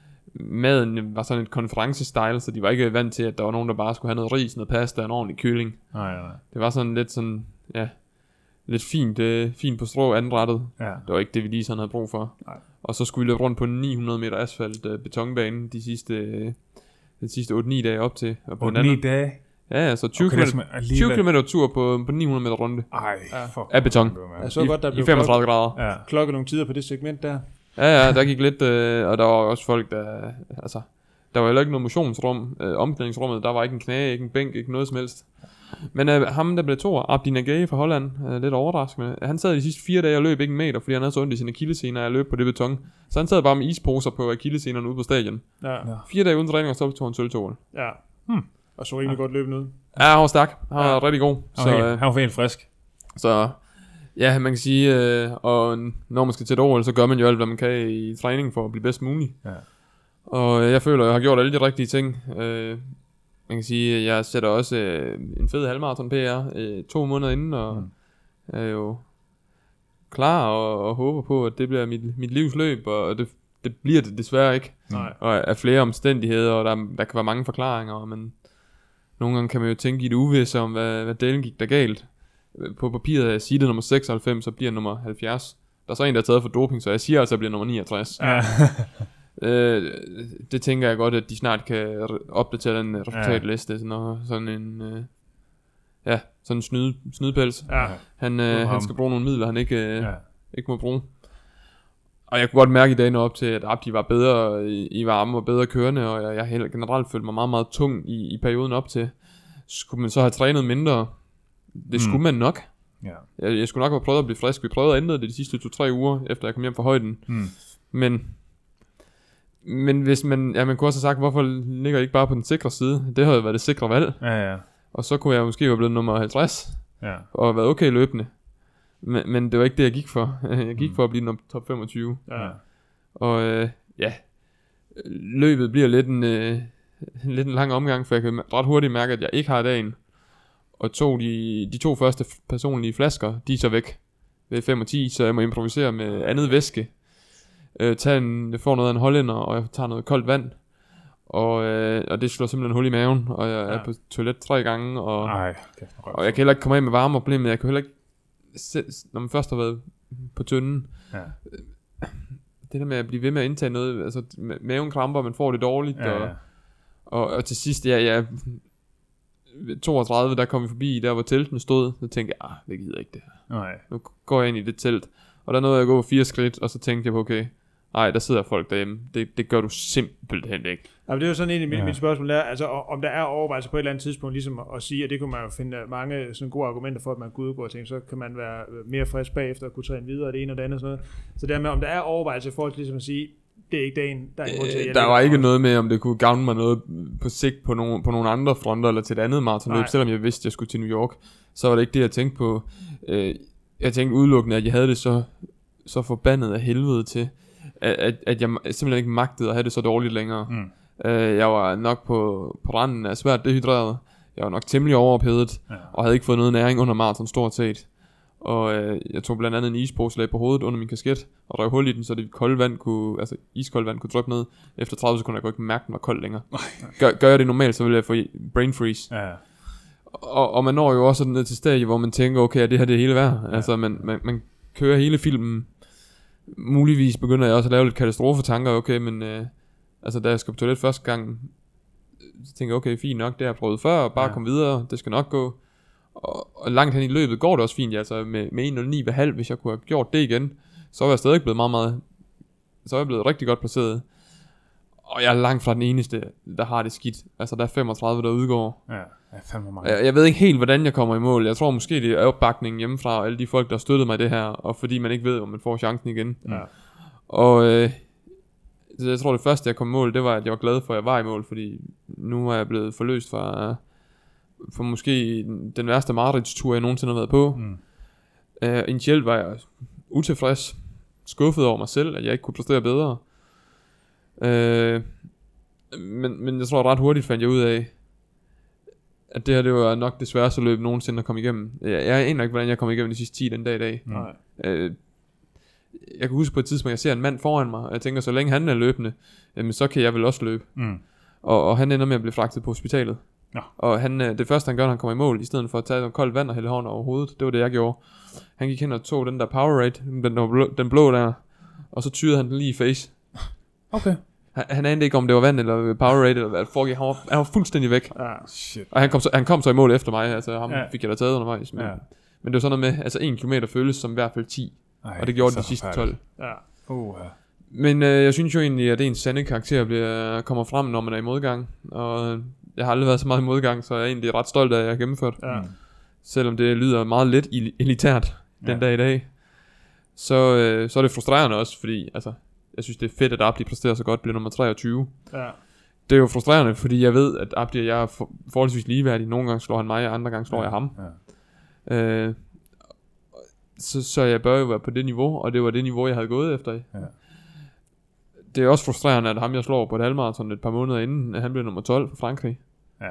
Maden var sådan et konferencestyle, så de var ikke vant til, at der var nogen, der bare skulle have noget ris, noget pasta og en ordentlig kylling. Nej, nej. Det var sådan lidt sådan, ja, lidt fint, øh, fint på strå anrettet. Ja. Det var ikke det, vi lige sådan havde brug for. Nej. Og så skulle vi løbe rundt på en ni hundrede meter asfalt øh, betonbane de sidste, øh, de sidste otte ni dage op til. otte ni dage? Ja, ja, så tyve kilometer tur på, på ni hundrede meter runde. Ej, fuck. Af beton. Ja, så godt, der I femogtredive grader. Ja. Klokke nogle tider på det segment der. Ja, ja, der gik lidt, øh, og der var også folk, der, altså, der var heller ikke noget motionsrum, øh, omklædningsrummet, der var ikke en knæ, ikke en bænk, ikke noget som helst. Men øh, ham, der blev toer, Abdi Nagay fra Holland, øh, lidt overraskende, han sad de sidste fire dage og løb ikke en meter, fordi han havde så ondt i sine akillessener af løb på det beton. Så han sad bare med isposer på akillessenerne ude på stadion. Ja. Fire dage uden træning, og så tog han sølvtoeren. Ja, hmm. Og så rimelig ja. godt løbende ud. Ja, han var stærk, han var ja. rigtig god. Så, okay. øh, han var helt frisk. Så ja, man kan sige, øh, og når man skal til et O L, så gør man jo alt, hvad man kan i træning for at blive bedst mulig. Ja. Og jeg føler, at jeg har gjort alle de rigtige ting. Øh, man kan sige, at jeg sætter også øh, en fed halvmarathon P R øh, to måneder inden, og mm. er jo klar og, og håber på, at det bliver mit, mit livs løb, og det, det bliver det desværre ikke. Nej. Og af flere omstændigheder, og der, der kan være mange forklaringer, men nogle gange kan man jo tænke i det uvisse om, hvad, hvad delen gik der galt. På papiret er jeg siger nummer seksoghalvfems, så bliver nummer halvfjerds. Der er så en, der er taget for doping, så jeg siger altså, at jeg bliver nummer niogtres. Ja. øh, det tænker jeg godt, at de snart kan opdatere den resultatliste. Sådan, noget, sådan en øh, ja, sådan en snyde, snydepels. Ja. Han, øh, han skal bruge nogle midler, han ikke, øh, ja. ikke må bruge. Og jeg kunne godt mærke i dagen op til, at Abdi var bedre i, i varme og bedre kørende, og jeg, jeg generelt følte mig meget, meget tung i, i perioden op til. Skulle man så have trænet mindre? Det skulle mm. man nok. Ja. Jeg, jeg skulle nok have prøvet at blive frisk. Vi prøvede at ændre det de sidste to-tre uger, efter jeg kom hjem fra højden. Mm. Men, men hvis man, ja, man kunne også have sagt, hvorfor ligger jeg ikke bare på den sikre side? Det havde været det sikre valg. Ja, ja. Og så kunne jeg måske være blevet nummer halvtreds. Ja. Og været okay løbende. Men, men det var ikke det, jeg gik for. Jeg gik mm. for at blive nummer top femogtyve. Ja. Og øh, ja, løbet bliver lidt en, øh, lidt en lang omgang, for jeg kan ret hurtigt mærke, at jeg ikke har dagen. og tog de, de to første personlige flasker, de er så væk ved fem og ti, så jeg må improvisere med andet væske. Øh, tage en, jeg får noget af en hollænder, og jeg tager noget koldt vand, og, øh, og det slår simpelthen hul i maven, og jeg ja. er på toilet tre gange, og, Ej, og jeg kan heller ikke komme af med varme og problemet, jeg kan heller ikke, når man først har været på tynden, ja. det der med at blive ved med at indtage noget, altså maven kramper, man får det dårligt, Ja, ja. Og, og, og til sidst, ja, ja, toogtredive, der kom vi forbi, der hvor teltene stod, så tænkte jeg, ah, det gider ikke det her. Nej. Nu går jeg ind i det telt, og der nåede jeg at gå fire skridt, og så tænkte jeg på, okay, nej, der sidder folk derhjemme, det, det gør du simpelthen ikke. Ja, det er jo sådan egentlig mit, Ja. mit spørgsmål der, altså om der er overvejelser på et eller andet tidspunkt, ligesom at, at sige, at det kunne man jo finde mange sådan gode argumenter for, at man kunne udgå og tænke, så kan man være mere frisk bagefter og kunne træne videre, og det ene og det andet og sådan noget. Så dermed, om der er overvejelser i forhold til ligesom at sige, det er ikke dagen, der er en grund til, at jeg Der var ikke også. noget med, om det kunne gavne mig noget på sigt på nogle, på nogle andre fronter, eller til et andet maratonløb, selvom jeg vidste, at jeg skulle til New York, så var det ikke det, jeg tænkte på. Øh, jeg tænkte udelukkende, at jeg havde det så, så forbandet af helvede til, at, at, at jeg simpelthen ikke magtede at have det så dårligt længere. Mm. Øh, jeg var nok på, på randen af svært dehydreret, jeg var nok temmelig overophedet, Ja. og havde ikke fået noget næring under maraton stort set. Og øh, jeg tog blandt andet en ispåslag på hovedet under min kasket, og drev hul i den, så det kolde vand kunne, altså iskoldt vand kunne dryppe ned. Efter tredive sekunder, jeg kunne ikke mærke, den var kold længere. Gør, gør jeg det normalt, så ville jeg få brain freeze. Ja. Og, og man når jo også ned til stadie, hvor man tænker, okay, er det her det hele værd? Ja. Altså, man, man, man kører hele filmen. Muligvis begynder jeg også at lave lidt katastrofetanker, okay, men øh, altså, da jeg skal på toilet første gang, så tænker jeg, okay, fint nok, det har jeg prøvet før, bare Ja. komme videre, det skal nok gå. Og, og langt hen i løbet går det også fint, altså med, med en nul ni ved halv, hvis jeg kunne have gjort det igen, så var jeg stadig blevet meget, meget, så er jeg blevet rigtig godt placeret. Og jeg er langt fra den eneste, der har det skidt. Altså der er femogtredive, der udgår. Ja, ja fandme mange. Jeg, jeg ved ikke helt, hvordan jeg kommer i mål. Jeg tror måske, det er opbakningen hjemmefra, og alle de folk, der støttede mig i det her, og fordi man ikke ved, om man får chancen igen. Ja. Og øh, så jeg tror, det første, jeg kom i mål, det var, at jeg var glad for, at jeg var i mål, fordi nu er jeg blevet forløst fra, for måske den værste mareridtstur, jeg nogensinde har været på. Mm. Uh, initielt var jeg utilfreds, skuffet over mig selv, at jeg ikke kunne præstere bedre. Uh, men, men jeg tror ret hurtigt fandt jeg ud af, at det her det var nok det sværeste løb nogensinde at komme igennem. Jeg, jeg aner ikke, hvordan jeg kom igennem de sidste ti den dag i dag. Mm. Uh, jeg kan huske på et tidspunkt, jeg ser en mand foran mig, og jeg tænker, så længe han er løbende, jamen, så kan jeg vel også løbe. Mm. Og, og han ender med at blive fragtet på hospitalet. Nå. Og han, det første han gør, når han kommer i mål, i stedet for at tage noget koldt vand og hælde hånden over hovedet, det var det jeg gjorde. Han gik hen og tog den der Powerade, den, den, blå, den blå der, og så tyrede han den lige i face. Okay. Han, han anede ikke, om det var vand eller Powerade eller hvad det foregik. Han var, han var fuldstændig væk. Ja. Shit. Og han kom, så, han kom så i mål efter mig, altså ham Ja. fik jeg da taget undervejs. Men, Ja. men det var sådan noget med, altså en kilometer føles som i hvert fald ti, Ej, og det gjorde så de sidste tolv. forfærdeligt. Ja. Uh, ja. Men øh, jeg synes jo egentlig, at det er en sande karakter bliver, kommer frem, når man er i modgang. Og jeg har aldrig været så meget i modgang, så jeg er egentlig ret stolt af, at jeg har gennemført. Ja. Mm. Selvom det lyder meget lidt elitært den Ja. dag i dag. Så, øh, så er det frustrerende også, fordi altså, jeg synes, det er fedt, at Abdi præsterer så godt, bliver nummer treogtyve. Ja. Det er jo frustrerende, fordi jeg ved, at Abdi og jeg er for, forholdsvis ligeværdige. Nogle gange slår han mig, og andre gange slår Ja. jeg ham. Ja. Øh, så, så jeg bør jo være på det niveau, og det var det niveau, jeg havde gået efter. Ja. Det er også frustrerende, at ham jeg slår på et halvmarathon et par måneder inden, at han blev nummer tolv for Frankrig. Ja.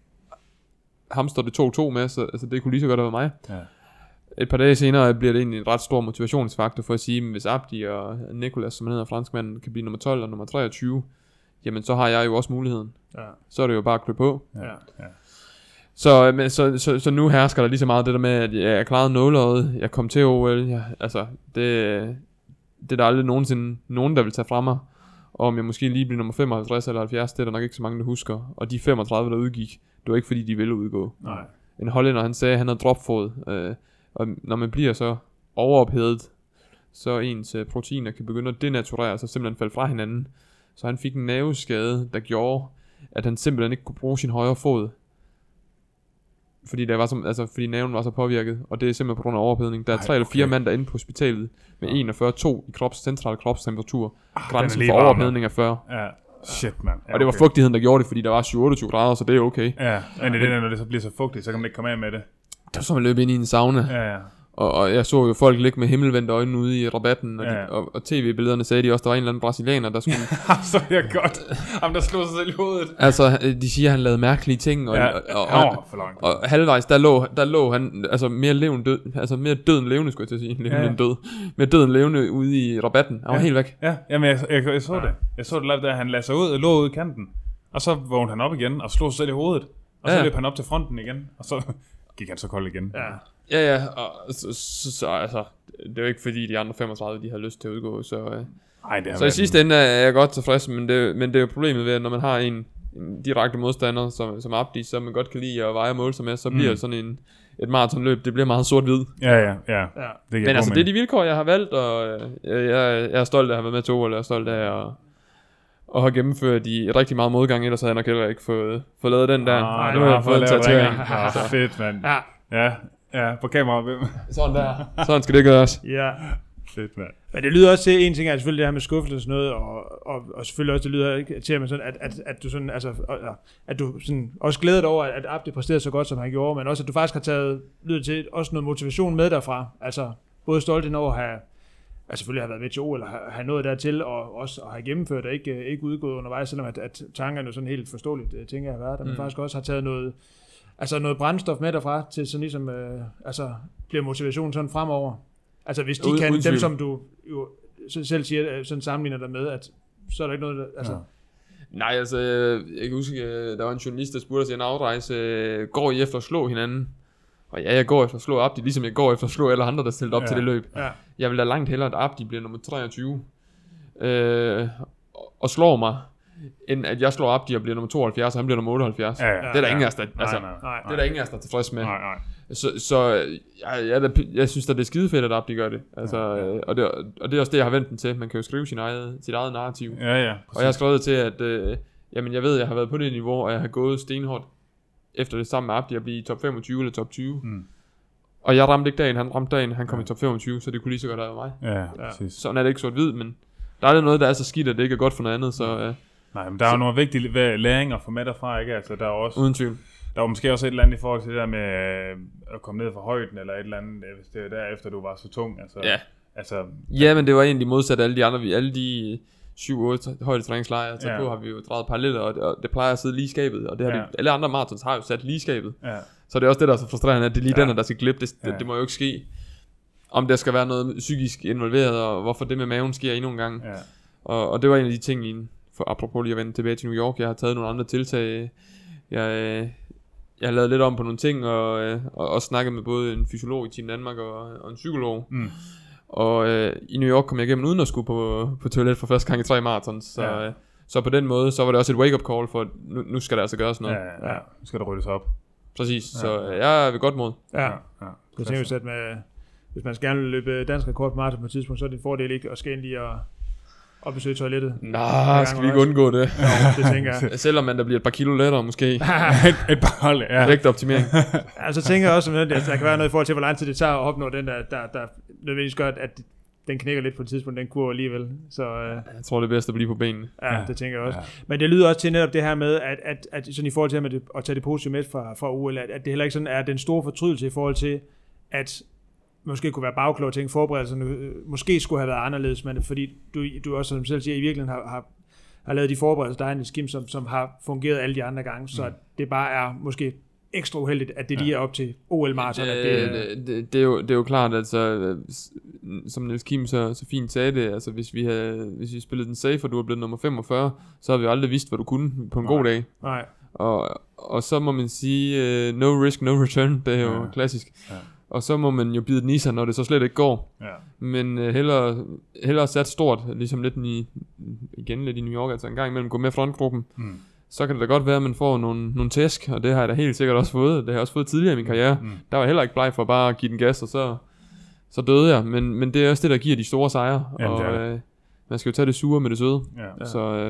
Ham står det to to med, så altså, det kunne lige så godt have været mig. Ja. Et par dage senere bliver det egentlig en ret stor motivationsfaktor for at sige, at hvis Abdi og Nicolas, som han hedder, franskmanden, kan blive nummer tolv og nummer treogtyve, jamen så har jeg jo også muligheden. Ja. Så er det jo bare at klø på. Ja. Ja. Ja. Så, men, så, så, så nu hersker der lige så meget det der med, at jeg er klaret nåløjet, jeg kom til O L, jeg, altså det, det er der aldrig nogensinde nogen, der vil tage fra mig. Og om jeg måske lige bliver nummer femoghalvtreds eller halvfjerds, det er der nok ikke så mange, der husker. Og de femogtredive, der udgik, det var ikke fordi, de ville udgå. Nej. En hollænder, han sagde, at han havde dropfod. Øh, og når man bliver så overophedet, så ens øh, proteiner kan begynde at denaturere sig, simpelthen falde fra hinanden. Så han fik en nerveskade, der gjorde, at han simpelthen ikke kunne bruge sin højre fod. Fordi, der var som, altså, fordi nerven var så påvirket, og det er simpelthen på grund af overophedning. Der er Ej, tre eller fire okay. mand, der er inde på hospitalet med Ja. enogfyrre komma to i krops, central kropstemperatur. Den Grænsen er lige for varm, overophedning er fyrre. Ja. Shit, mand. Ja, Og det var okay. fugtigheden, der gjorde det, fordi der var syv otteogtyve grader, så det er okay. Ja, men det er det, når det så bliver så fugtigt, så kan man ikke komme af med det. Det var som at løbe ind i en sauna. Ja, ja. Og, og jeg så jo folk ligge med himmelvendte øjne ude i rabatten, og, Ja. de, og, og tv-billederne sagde de også, der var en eller anden brasilianer, der skulle... Så er jeg godt. Ham, der slog sig selv i hovedet. altså, de siger, at han lavede mærkelige ting, og, Ja, og, og, og, Åh, for langt. og halvvejs, der lå, der lå han, altså mere levende død, altså mere død end levende, skulle jeg til at sige, levende Ja, ja. end død. Mere død end levende ude i rabatten, han var Ja. helt væk. Ja, jamen jeg, jeg, jeg så det. Jeg så det live, da han lagde sig ud og lå ude i kanten. Og så vågnede han op igen og slog sig selv i hovedet. Og så Ja. løb han op til fronten igen. Og så gik han så kold igen. Ja. Ja, ja, og så, så, så altså, det er jo ikke fordi de andre femogtredive, de har lyst til at udgå, så... Øh. Ej, det har Så i været sidste ende er jeg godt tilfreds, men det, men det er jo problemet ved, at når man har en, en direkte modstander, som, som Abdi, som man godt kan lide at veje og måle sig med, så bliver Mm. sådan en, et maratonløb, det bliver meget sort-hvid. Ja, ja, ja. Ja. Det giver Men god altså, det er mening. de vilkår, jeg har valgt, og øh, jeg, jeg er stolt af at have været med til O L, og jeg er stolt af at, at have gennemført i rigtig meget modgang, ellers havde jeg nok heller ikke fået, fået lavet den der. Ah, nu du har har jeg fået fået en lavet tatovering. ringen. Ah, fedt, mand. Ja. Ja, ja, på kamera. Sådan der. Sådan skal det gøres. Ja. Fedt, mand. Men det lyder også til, en ting er selvfølgelig det her med skuffelse og sådan noget, og, og, og selvfølgelig også det lyder ikke til, at, sådan, at, at, at du sådan, altså, at du sådan også glæder dig over, at Abdi præsterede så godt, som han gjorde, men også at du faktisk har taget, lyder til, også noget motivation med derfra, altså både stolt over at have, altså selvfølgelig have været med til O L, og have, have nået dertil, og også at have gennemført, og ikke, ikke udgået undervejs, selvom at, at tankerne sådan helt forståeligt, tænker jeg har været der, men Mm. faktisk også har taget noget, altså noget brændstof med derfra, til sådan ligesom, øh, altså bliver motivationen sådan fremover. Altså hvis de Uden- kan, uden dem tvivl. som du jo så selv siger, øh, sådan sammenligner dig med, at så er der ikke noget, der, altså... Ja. Nej, altså, øh, jeg kan huske, øh, der var en journalist, der spurgte os i en afrejse, øh, går I efter at slå hinanden? Og ja, jeg går efter at slå Abdi, ligesom jeg går efter at slå alle andre, der stillede op Ja. til det løb. Ja, Jeg vil da langt hellere, at Abdi bliver nummer treogtyve, øh, og- og slår mig, end at jeg slår Abdi og bliver nummer tooghalvfjerds, og han bliver nummer otteoghalvfjerds. Ja, ja. Det er der ingen af os, der, altså, Nej, nej, nej. det er der ingen af os, der er tilfreds med. Nej, nej. Så, så jeg, jeg, jeg, jeg synes da, det er skidefedt, at Abdi gør det. Altså, øh, og, det. Og det er også det, jeg har vendt den til. Man kan jo skrive sin eget, sit eget narrativ. Ja, ja. Og jeg har skrevet til, at øh, jamen, jeg ved, at jeg har været på det niveau, og jeg har gået stenhårdt efter det sammen med Abdi at blive top femogtyve eller top tyve. Mm. Og jeg ramte ikke dagen, han ramte dagen, han kom i top femogtyve, så det kunne lige så godt have været mig. Ja, præcis. Sådan er det ikke sort-hvid, men der er det noget, der er så skidt, at det ikke er godt for noget andet, så øh, Nej, men der er jo nogle vigtige læ- læring at få med derfra, ikke? Altså, der er også... uden tvivl. Der var måske også et eller andet i forhold til det der med øh, at komme ned fra højden, eller et eller andet, øh, hvis det er derefter, du var så tung. Altså, Ja. Altså, Ja, men det var egentlig modsat alle de andre, vi, alle de syv otte højdetræningslejre, jeg tager Ja. på, har vi jo drejet paralleller, og, og det plejer at sidde lige i skabet, og det har Ja. de, alle andre marathons har jo sat lige i skabet. ja. Så det er også det, der er så frustrerende, at det er lige Ja. den, der skal glippe. Det, det, Ja. det må jo ikke ske. Om der skal være noget psykisk involveret, og hvorfor det med maven sker endnu en gang. ja. Og, og det var en af de ting, i, for apropos lige at vende tilbage til New York, jeg har taget nogle andre tiltag. Jeg, øh, jeg har lavet lidt om på nogle ting, og, øh, og også snakket med både en fysiolog i Team Danmark og, og en psykolog. Mm. Og øh, i New York kom jeg igennem uden at skulle på, på toilet for første gang i tre marathons. Så, Ja. øh, så på den måde, så var det også et wake-up call for, at nu, nu skal der altså gøres noget. Ja, ja, ja. Nu skal der ryddes op. Præcis, Ja. så øh, jeg er ved godt mod. ja. ja. Jeg tænker jo, at med, hvis man skal gerne vil løbe dansk rekord på maraton på et tidspunkt, så er det en fordel ikke at skal ind lige at, at besøge toilettet. Nej, skal vi ikke undgå det? Jo, det tænker jeg. Selvom man der bliver et par kilo lettere måske. et, et par hold, ja. Vægtoptimering. Ja, så tænker jeg også, at der kan være noget i forhold til, hvor lang tid det tager at opnå den der, der, der nødvendigvis gør, at den knækker lidt på et tidspunkt, den kurve alligevel. Så øh, Jeg tror, det er bedst at blive på benene. ja, Ja. det tænker jeg også. Ja. Men det lyder også til netop det her med, at, at, at sådan i forhold til med det, at tage det positive med fra, fra O L, at, at det heller ikke sådan er den store fortrydelse i forhold til, at måske kunne være bagklog ting, forberedelserne øh, måske skulle have været anderledes, men fordi du, du også, som du selv siger, i virkeligheden har, har, har lavet de forberedelser, der er en skim, som, som har fungeret alle de andre gange, så Mm. det bare er måske ekstra uheldigt, at det lige er op til O L-marathon. at Det, det, det, det, det, er jo, det er jo klart, altså, øh, s- som Niels Kim så, så fint sagde det, altså hvis vi havde hvis vi spillede den safe, og du var blevet nummer femogfyrre, så havde vi aldrig vidst, hvad du kunne på en Nej. god dag. nej, Og, og så må man sige, uh, no risk, no return, det er jo Ja. klassisk. Ja. Og så må man jo bide den i sig, når det så slet ikke går. Ja. Men uh, hellere, hellere sat stort, ligesom lidt i, igen lidt i New York, altså en gang imellem gå med frontgruppen. Mm. Så kan det da godt være, at man får nogle, nogle tæsk, og det har jeg da helt sikkert også fået. Det har jeg også fået tidligere i min karriere. Mm. Der var jeg heller ikke bleg for bare at give den gas, og så, så døde jeg. Men, men det er også det, der giver de store sejre. Jamen, det og er det. øh, man skal jo tage det sure med det søde. Ja. Ja. Så, øh,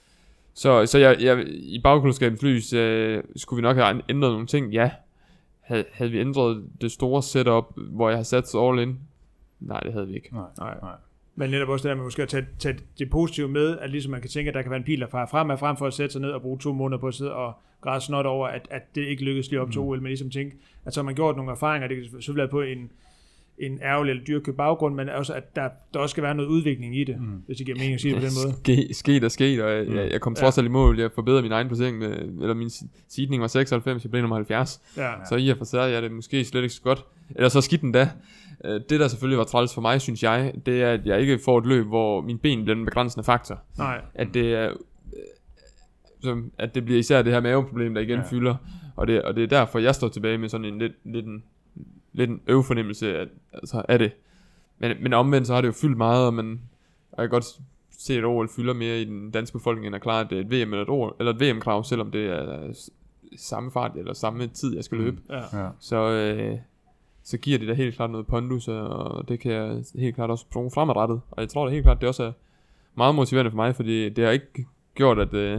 så, så jeg, jeg, i bagkundskabens lys øh, skulle vi nok have ændret nogle ting. Ja, havde, havde vi ændret det store setup, hvor jeg har sat sig all in? Nej, det havde vi ikke. Nej, nej, nej. men netop også det der med måske at tage, tage det positive med, at ligesom man kan tænke, at der kan være en pil, der farer fremad, frem for at sætte sig ned og bruge to måneder på at sidde og græde snot over, at, at det ikke lykkedes lige op til O L, men ligesom tænke, at så har man gjort nogle erfaringer, det kan selvfølgelig være på en, en ærgerlig eller dyrkøb baggrund, men også, at der, der også skal være noget udvikling i det, mm. hvis det giver mening at sige det på den måde. Ske, sket er sket, og jeg, jeg, jeg kom trods alt i mål. Jeg forbedrede min egen placering, med, eller min seedning var seksoghalvfems, jeg blev nummer halvfjerds. Ja. Så i og for sig er det måske slet ikke så godt. Eller så skidt den da. Det, der selvfølgelig var træls for mig, synes jeg, det er, at jeg ikke får et løb, hvor min ben bliver den begrænsende faktor. Nej. At det er, som, at det bliver især det her maveproblem, der igen ja. fylder. Og det, og det er derfor, jeg står tilbage med sådan en lidt, lidt en, lidt en øvefornemmelse af, altså, af det. Men, men omvendt, så har det jo fyldt meget, og man og jeg kan godt se, at O L fylder mere i den danske befolkning, end at klare, at det er et V M eller et, O L, eller et V M-krav, selvom det er samme fart eller samme tid, jeg skal løbe. Ja. Ja. Så, øh, så giver det da helt klart noget pondus, og det kan jeg helt klart også bruge fremadrettet. Og jeg tror da helt klart, det også er meget motiverende for mig, fordi det har ikke gjort, at øh,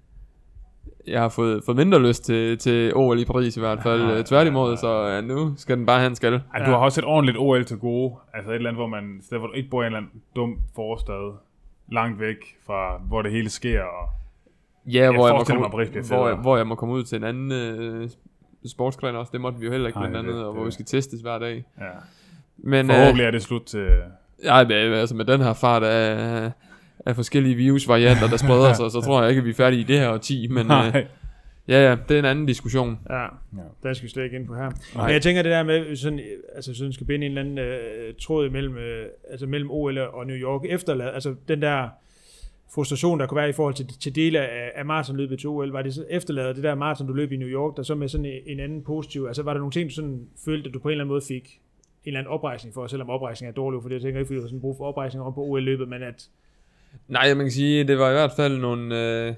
jeg har fået, fået mindre lyst til, til O L i Paris i hvert fald. Ja, tværtimod, ja, ja. Så ja, nu skal den bare have en skal. Ja, du har også et ordentligt O L til gode. Altså et eller andet, hvor man, stedet, hvor du ikke bor i en eller anden dum forstad, langt væk fra, hvor det hele sker. Og ja, jeg hvor, jeg må komme, mig, hvor, jeg, hvor jeg må komme ud til en anden øh, sportsgren også. Det måtte vi jo heller ikke, blandt andet, det, det, og hvor vi skal testes hver dag. Ja. Men, forhåbentlig øh, er det slut til... Ja, altså med den her fart af, af forskellige virusvarianter, der spreder sig, så tror jeg ikke, at vi er færdige i det her årti, men øh, ja, ja, det er en anden diskussion. Ja, ja. Den skal vi slet ikke ind på her. Nej. Men jeg tænker det der med, sådan, altså sådan skal binde en eller anden øh, tråd mellem, øh, altså mellem O L og New York, efterlad, altså den der frustration, der kunne være i forhold til, til dele af, af maratonløbet til O L, var det så efterladet det der maraton, du løb i New York, der så med sådan en, en anden positiv, altså var der nogle ting, du sådan følte, at du på en eller anden måde fik en eller anden oprejsning for, selvom oprejsning er dårlig, for det jeg tænker ikke, fordi du har sådan brug for oprejsning op på O L-løbet, men at... Nej, man kan sige, det var i hvert fald nogle... Øh,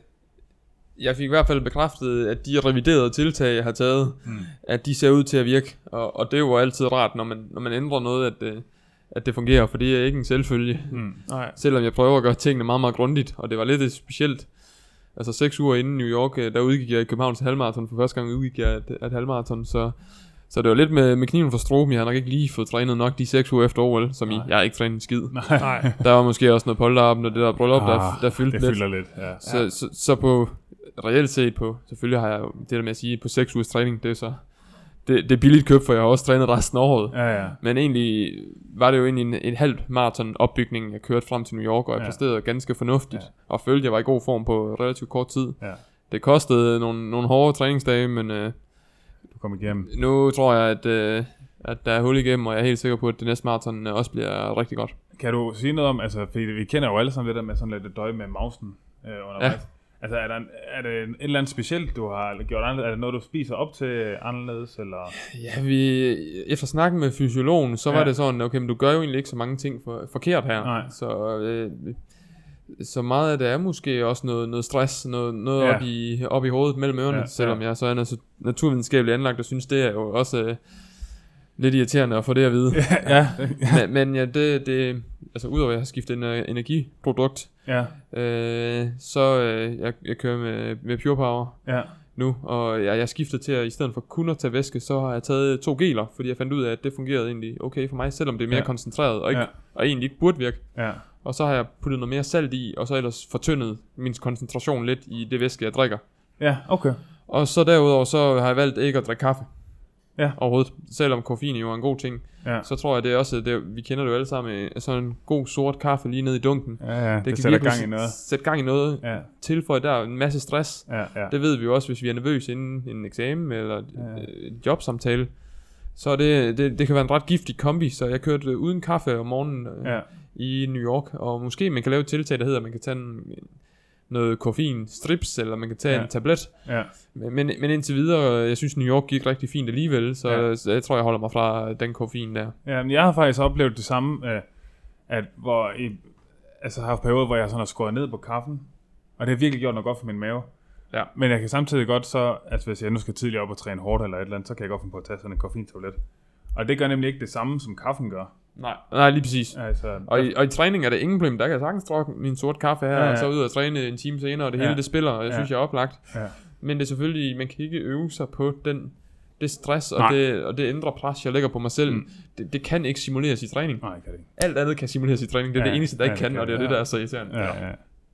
jeg fik i hvert fald bekræftet, at de reviderede tiltag, jeg har taget, mm. at de ser ud til at virke, og, og det er jo altid rart, når man, når man ændrer noget, at det, at det fungerer, for det er ikke en selvfølge. Mm. Selvom jeg prøver at gøre tingene meget, meget grundigt, og det var lidt specielt. Altså seks uger inden New York, der udgik jeg i Københavns halvmarathon, for første gang udgik jeg et, et halvmarathon, så... Så det var lidt med, med kniven for struben. Jeg har nok ikke lige fået trænet nok de seks uger efter O L, som I, jeg har ikke trænet en skid. Nej. Der var måske også noget polterappen og det der bryllup, ah, der, der fyldte det lidt. fylder lidt, ja. Så, ja. Så, så på, reelt set på, selvfølgelig har jeg det der med at sige, på seks ugers træning, det er så, det, det er billigt køb, for jeg har også trænet resten af året. Ja, ja. Men egentlig var det jo egentlig en, en halv maraton opbygning, jeg kørte frem til New York, og jeg ja. præsterede ganske fornuftigt, ja. og følte, jeg var i god form på relativt kort tid. Ja. Det kostede nogle, nogle hårde træningsdage, men... Øh, komme igennem. Nu tror jeg, at, øh, at der er hul igennem, og jeg er helt sikker på, at det næste maraton også bliver rigtig godt. Kan du sige noget om, altså, fordi vi kender jo alle sammen det der med sådan lidt døje med mausen øh, undervejs. Ja. Altså, er, der en, er det en, et eller andet specielt, du har gjort anderledes? Er det noget, du spiser op til anderledes, eller? Ja, vi, efter snakken med fysiologen, så ja. var det sådan, okay, men du gør jo egentlig ikke så mange ting for, forkert her. Nej. Så... Øh, Så meget af det er måske også noget, noget stress, noget, noget ja. op, i, op i hovedet mellem ørerne, ja, selvom ja. jeg så er nat- naturvidenskabelig anlagt, og synes, det er jo også øh, lidt irriterende at få det at vide. Ja, ja. men, men ja, det, det, altså udover at jeg har skiftet en uh, energiprodukt, ja. øh, så øh, jeg, jeg kører med, med Pure Power ja. nu, og jeg, jeg skifter til at i stedet for kun at tage væske, så har jeg taget to geler, fordi jeg fandt ud af, at det fungerede egentlig okay for mig, selvom det er mere ja. koncentreret, og, ikke, ja. og egentlig ikke burde virke. Ja. Og så har jeg puttet noget mere salt i, og så ellers fortyndet min koncentration lidt i det væske, jeg drikker. Ja, okay. Og så derudover, så har jeg valgt ikke at drikke kaffe. Ja. Overhovedet. Selvom koffein jo er en god ting. Ja. Så tror jeg, det er også, det, vi kender det jo alle sammen, sådan en god sort kaffe lige ned i dunken. Ja, ja. Det, det kan sætter gang i noget. Sætte gang i noget. Ja. Tilføje der en masse stress. Ja, ja. Det ved vi jo også, hvis vi er nervøse inden en eksamen eller ja. en jobsamtale. Så det, det, det kan være en ret giftig kombi, så jeg kørte uden kaffe om morgenen ja. i New York, og måske man kan lave et tiltag, der hedder, at man kan tage en, noget koffein strips, eller man kan tage ja. en tablet, ja. men, men, men indtil videre, jeg synes New York gik rigtig fint alligevel, så, ja. så jeg tror, jeg holder mig fra den koffein der. Ja, men jeg har faktisk oplevet det samme, at hvor I, altså har haft perioder, hvor jeg sådan har skåret ned på kaffen, og det har virkelig gjort noget godt for min mave. Ja. Men jeg kan samtidig godt så, altså hvis jeg nu skal tidligere op og træne hårdt eller et eller andet, så kan jeg godt finde på at tage sådan en koffeintablet. Og det gør nemlig ikke det samme, som kaffen gør. Nej, nej lige præcis. Altså, og, i, og i træning er det ingen problem. Der kan jeg sagtens drukke min sort kaffe her, ja, ja. og så ud og træne en time senere, og det ja. hele det spiller, og jeg ja. synes, jeg er oplagt. Ja. Men det er selvfølgelig, man kan ikke øve sig på den, det stress og det, og det indre pres, jeg lægger på mig selv. Mm. Det, det kan ikke simuleres i træning. Nej, kan det ikke. Alt andet kan simuleres i træning. Det er ja, det eneste, der ikke ja, kan, kan, og det er ja. det, der er så irriterende. Ja, ja.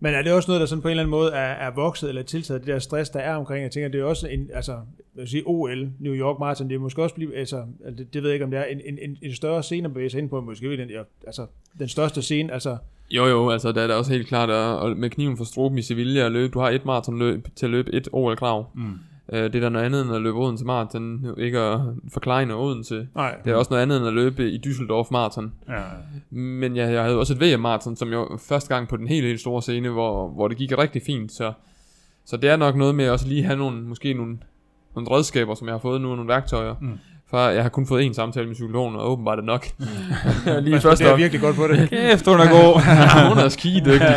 Men er det også noget, der sådan på en eller anden måde er, er vokset eller tiltaget, det der stress, der er omkring? Jeg tænker, det er også en, altså, jeg vil sige O L, New York Marathon, det er måske også blive, altså, det, det ved jeg ikke, om det er en, en, en større scene at bevæge sig ind på, måske den, altså, den største scene, altså. Jo jo, altså der er det også helt klart, at med kniven for struben i Sevilla at løbe, du har et maratonløb til at løbe et O L-krav. Mm. Det er der noget andet end at løbe Odense Marathon, ikke at forklejne Odense. Nej. Det er også noget andet end at løbe i Düsseldorf Marathon. Ja. Men jeg, jeg havde også et V M Marathon, som jo første gang på den helt, helt store scene, hvor, hvor det gik rigtig fint. Så, så det er nok noget med at også lige have nogle, måske nogle, nogle redskaber, som jeg har fået nu, nogle værktøjer. Mm. For jeg har kun fået én samtale med psykologen, og åbenbart er det nok. Mm. lige først det er virkelig godt på det. Kæft, hun er god. Hun er skidygtig.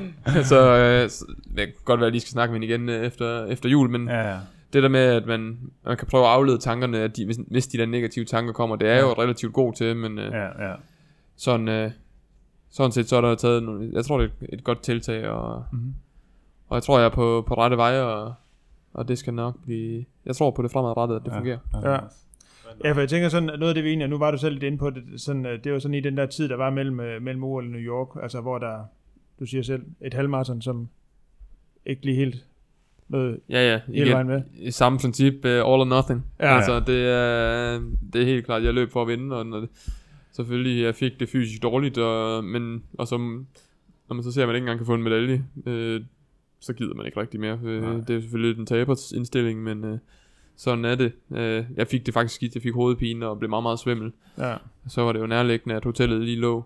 Så øh, det kan godt være, at jeg lige skal snakke med hende igen efter, efter jul, men ja, ja. Det der med, at man, man kan prøve at aflede tankerne, at de, hvis, hvis de der negative tanker kommer, det er ja. jo relativt god til, men øh, ja, ja. Sådan, øh, sådan set, så er der taget nogle, jeg tror, det er et godt tiltag, og, mm-hmm. og jeg tror, jeg er på, på rette vej, og, og det skal nok blive, jeg tror på det fremadrettet, at det ja. fungerer. Ja. Ja. Ja, for jeg tænker sådan, noget af det vi egentlig, nu var du selv lidt inde på det, sådan, det var sådan i den der tid, der var mellem, mellem O L og New York, altså hvor der, du siger selv, et halvmarathon, som ikke lige helt noget ja, ja, hele vejen med. I samme princip, uh, all or nothing. Ja. Altså, det er, det er helt klart, jeg løb for at vinde, og når det, selvfølgelig, jeg fik det fysisk dårligt, og, men, og så, når man så ser, at man ikke engang kan få en medalje, øh, så gider man ikke rigtig mere. Øh, det er selvfølgelig den tabers indstilling, men øh, sådan er det. Øh, jeg fik det faktisk skidt, jeg fik hovedpine og blev meget, meget svimmel. Ja. Så var det jo nærliggende, at hotellet lige lå,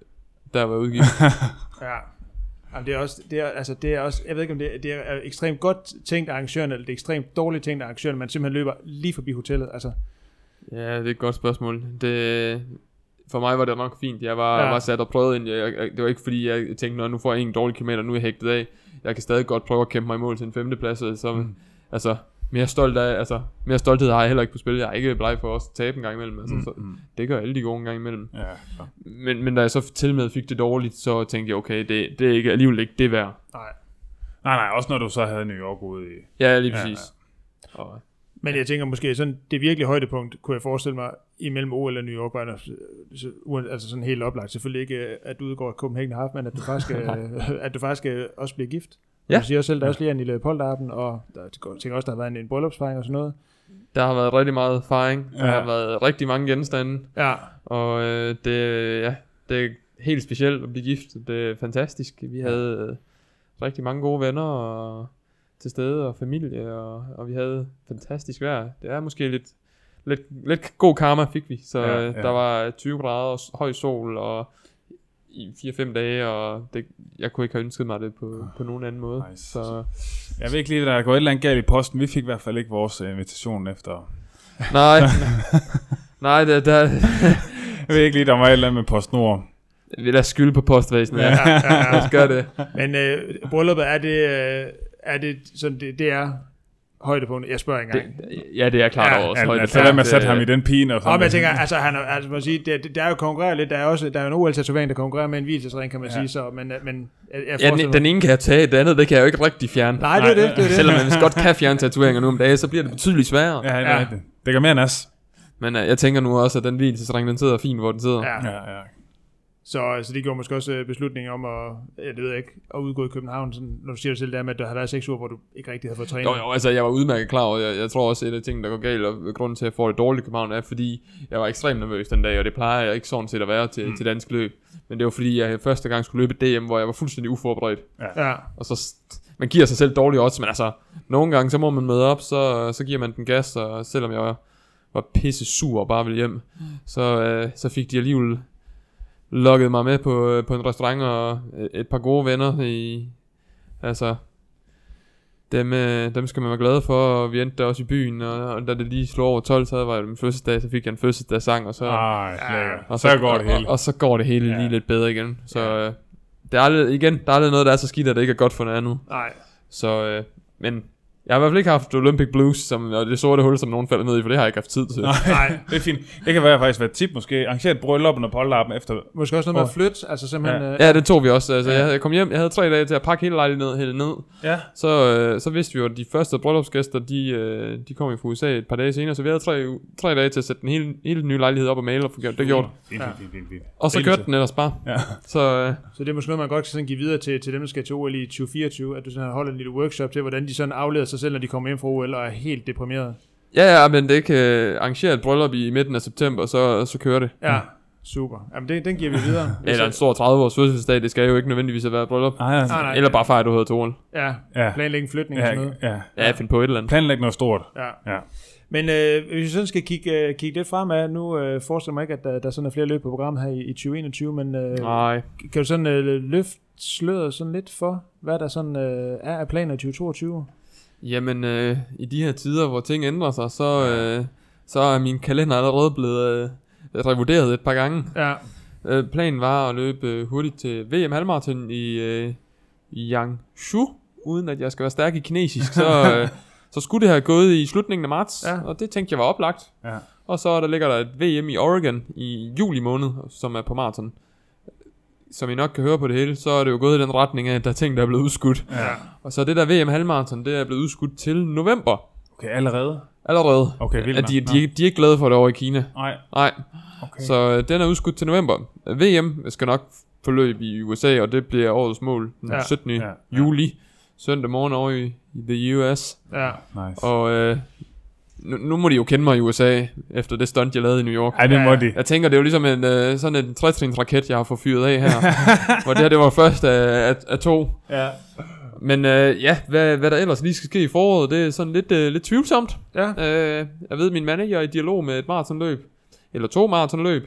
der var udgivet. Ja. Jamen, det er også, det er, altså, det er også, jeg ved ikke om det er, det er ekstremt godt tænkt af arrangøren, eller det er ekstremt dårligt tænkt af arrangøren, man simpelthen løber lige forbi hotellet, altså. Ja, det er et godt spørgsmål. Det, for mig var det nok fint. Jeg var, ja. var sat og prøvede ind. Jeg, jeg, det var ikke fordi, jeg tænkte, når nu får jeg en dårlig kilometer, nu er jeg hægtet af. Jeg kan stadig godt prøve at kæmpe mig i mål til en femteplads. Så, mm. altså, mere, stolt af, altså, mere stolthed har jeg heller ikke på spil. Jeg er ikke bleg for os at tabe en gang imellem. Altså, mm. så, det gør alle de gode en gang imellem. Ja, ja. Men, men da jeg så til med fik det dårligt, så tænkte jeg, okay, det, det er ikke, alligevel ikke det værd. Nej. nej, nej, også når du så havde New York ude i... Ja, lige præcis. Ja, ja. Og, men jeg tænker måske, sådan det virkelig højdepunkt, kunne jeg forestille mig, imellem O L og New York, var der, altså sådan helt oplagt. Selvfølgelig ikke, at du udgår Copenhagen Half, men at du faktisk, at du faktisk også bliver gift. Ja. Du siger også selv, der er også lige en lille polterappen, og der, jeg tænker også, der har været en, en bryllupsfejring og sådan noget. Der har været rigtig meget fejring. Ja. Der har været rigtig mange genstande. Ja. Og øh, det, ja, det er helt specielt at blive gift. Det er fantastisk. Vi havde øh, rigtig mange gode venner og til stede og familie, og, og vi havde fantastisk vejr. Det er måske lidt, lidt, lidt god karma fik vi. Så ja, ja. Der var tyve grader og høj sol og i fire fem dage, og det, jeg kunne ikke have ønsket mig det på, på nogen anden måde. Nice. Så jeg ved ikke lige, der er gået et eller andet galt i posten. Vi fik i hvert fald ikke vores invitation efter. Nej. Nej, det der. Jeg ved ikke lige, der var et eller andet med PostNord. Vi lader skylde på postvæsenet. Ja, ja, ja. Lad os gøre det. Men øh, brylluppet, er det, øh, er det sådan, det, det er højdepunkt. Jeg spørger ikke engang. Det, ja, det er klart ja, også højdepunkt. Altså, lad mig sætte ham i den pine. Og sådan. Og jeg tænker, altså, han, altså man sige, det, der er jo konkurreret lidt. Der er også der er en O L-tatovering, der konkurrerer med en hvilesesring, kan man ja. sige. Så, men, men jeg, jeg ja, den, den ene kan jeg tage, det andet, det kan jeg jo ikke rigtig fjerne. Nej, det er det. det, er det. Selvom man godt kan fjerne tatoveringer nu om dagen, så bliver det betydeligt sværere. Ja, ja. Det, det gør mere nas. Men uh, jeg tænker nu også, at den hvilesesring, den sidder fint, hvor den sidder. Ja, ja, ja. Så, så det gjorde måske også beslutningen om at, jeg ved ikke, at udgå i København, sådan, når du siger det selv der med, at der har været seks uger, hvor du ikke rigtig havde fået trænet. Jo, jo, altså jeg var udmærket klar, og jeg, jeg tror også, at et af tingene, der går galt, og grunden til, at jeg får det dårligt i København, er, fordi jeg var ekstremt nervøs den dag, og det plejer jeg ikke sådan set at være til, mm. til dansk løb. Men det var fordi, jeg første gang skulle løbe D M, hvor jeg var fuldstændig uforberedt. Ja. Ja. Og så, man giver sig selv dårligt odds, men altså, nogle gange, så må man møde op, så, så giver man den gas, og selvom jeg var, var pisse sur og bare ville hjem, så, øh, så fik de alligevel lukkede mig med på, på en restaurant og et par gode venner i, altså dem, dem skal man være glad for, og vi endte der også i byen, og, og da det lige slog over tolv, så var det min fødselsdag, så fik jeg en fødselsdagssang, og så, Ej, og så, så går det hele, og, og så går det hele ja. lige lidt bedre igen, så ja. det er aldrig, igen, der er aldrig noget, der er så skidt, at det ikke er godt for noget andet. Nej. Så, øh, men Jeg har i hvert fald ikke haft Olympic Blues, som, og det sorte hul, som nogen falder ned i, for det har jeg ikke haft tid til. Nej, det er fint. Det kan være faktisk være et tip måske. Arrangere et bryllup og polterappen efter. Måske også noget med at flytte, altså simpelthen... Ja, ja det tog vi også. Altså, ja. Jeg kom hjem, jeg havde tre dage til at pakke hele lejligheden ned, hele ned. Ja. Så, øh, så vidste vi jo, at de første bryllupsgæster, de, øh, de kom jo fra U S A et par dage senere, så vi havde tre, tre dage til at sætte den hele, hele den nye lejlighed op og male og få det gjort. Fint, fint, fint, fint. Og så kørte den ellers bare. Ja. Så, øh, så det er måske noget, man godt kan sådan give videre til, til dem, der skal til O L i tyve fireogtyve, at du sådan holder en lille workshop til, hvordan de sådan afleder sig selv, når de kommer hjem fra O L og er helt deprimeret. Ja, ja, men det kan arrangere et bryllup i midten af september, så, så kører det. Ja, super. Jamen, det, den giver vi videre. Eller en stor tredive-års fødselsdag, det skal jo ikke nødvendigvis være et bryllup. Ah, ja. nej, nej, Eller bare fejre, du hedder Torel. Ja, ja. planlægge en flytning ja, og sådan noget. Ja, ja, find på et eller andet. Planlæg noget stort. Ja. Ja. Men øh, hvis vi sådan skal kigge, øh, kigge lidt fremad, nu øh, forestiller mig ikke, at der, der sådan er flere løb på programmet her i, i tyve enogtyve, men øh, Nej. kan du sådan øh, løfte sløret sådan lidt for, hvad der sådan øh, er af planer i tyve toogtyve? Jamen, øh, i de her tider, hvor ting ændrer sig, så, øh, så er min kalender allerede blevet øh, revurderet et par gange. Ja. Øh, planen var at løbe øh, hurtigt til V M halvmarathon i, øh, i Yangshu, uden at jeg skal være stærk i kinesisk, så, øh, så skulle det have gået i slutningen af marts, ja. og det tænkte jeg var oplagt. Ja. Og så der ligger der et V M i Oregon i juli måned, som er på maraton. Som I nok kan høre på det hele, så er det jo gået i den retning af, at der er ting, der er blevet udskudt. Ja. Og så det der V M halvmarathon, det er blevet udskudt til november. Okay, allerede? Allerede. Okay, vildt ja, de, de, de er ikke glade for det over i Kina. Nej. Nej. Okay. Så øh, den er udskudt til november. V M skal nok forløbe i U S A, og det bliver årets mål den ja. syttende Ja, ja. juli. Søndag morgen over i, i the U S. Ja. Nice. Og øh, nu, nu må de jo kende mig i U S A, efter det stunt, jeg lavede i New York. Ja, det må de. Jeg tænker, det er jo ligesom en, øh, sådan en tretrins raket, jeg har fået fyret af her. Hvor det her, det var først af, af, af to. Ja. Men øh, ja, hvad, hvad der ellers lige skal ske i foråret, det er sådan lidt, øh, lidt tvivlsomt. Ja. Øh, jeg ved, min manager er i dialog med et maratonløb. Eller to maratonløb.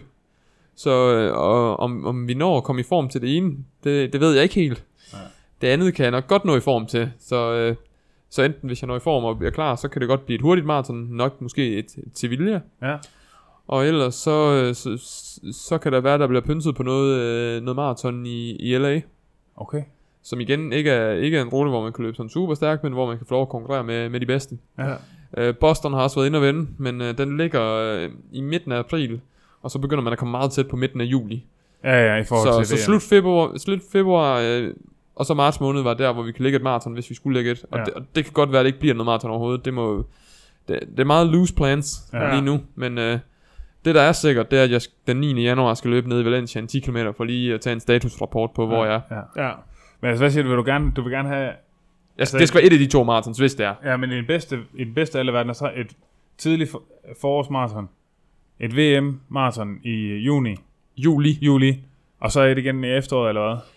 Så øh, og, om, om vi når at komme i form til det ene, det, det ved jeg ikke helt. Ja. Det andet kan jeg nok godt nå i form til. Så, øh, så enten hvis jeg når i form og bliver klar, så kan det godt blive et hurtigt maraton. Nok måske et, et Sevilla. Ja. Og ellers så, så, så kan der være, der bliver pynset på noget, øh, noget maraton i, i L A. Okay. Som igen ikke er, ikke er en rute, hvor man kan løbe sådan super stærkt, men hvor man kan få lov at konkurrere med, med de bedste. Ja. Øh, Boston har også været inde og vende, men øh, den ligger øh, i midten af april, og så begynder man at komme meget tæt på midten af juli. Ja, ja, i forhold så, til så det. Så slut februar, slut februar øh, og så marts måned var der, hvor vi kan lægge et maraton, hvis vi skulle lægge et. Og, ja. det, og det kan godt være, at det ikke bliver noget maraton overhovedet. Det, må, det, det er meget loose plans ja. lige nu, men øh, det der er sikkert, det er, at jeg den niende januar skal løbe ned i Valencia en ti kilometer, for lige at tage en statusrapport på, ja. hvor jeg er. Ja. Ja. Men altså, hvad siger du, vil du gerne, du vil gerne have... Altså, det skal være et af de to marathons, hvis det er. Ja, men i den bedste, i den bedste af alle verdener, så et tidligt for, forårsmarathon, et V M-marathon i juni, Juli. Juli, og så er det igen i efteråret, eller hvad?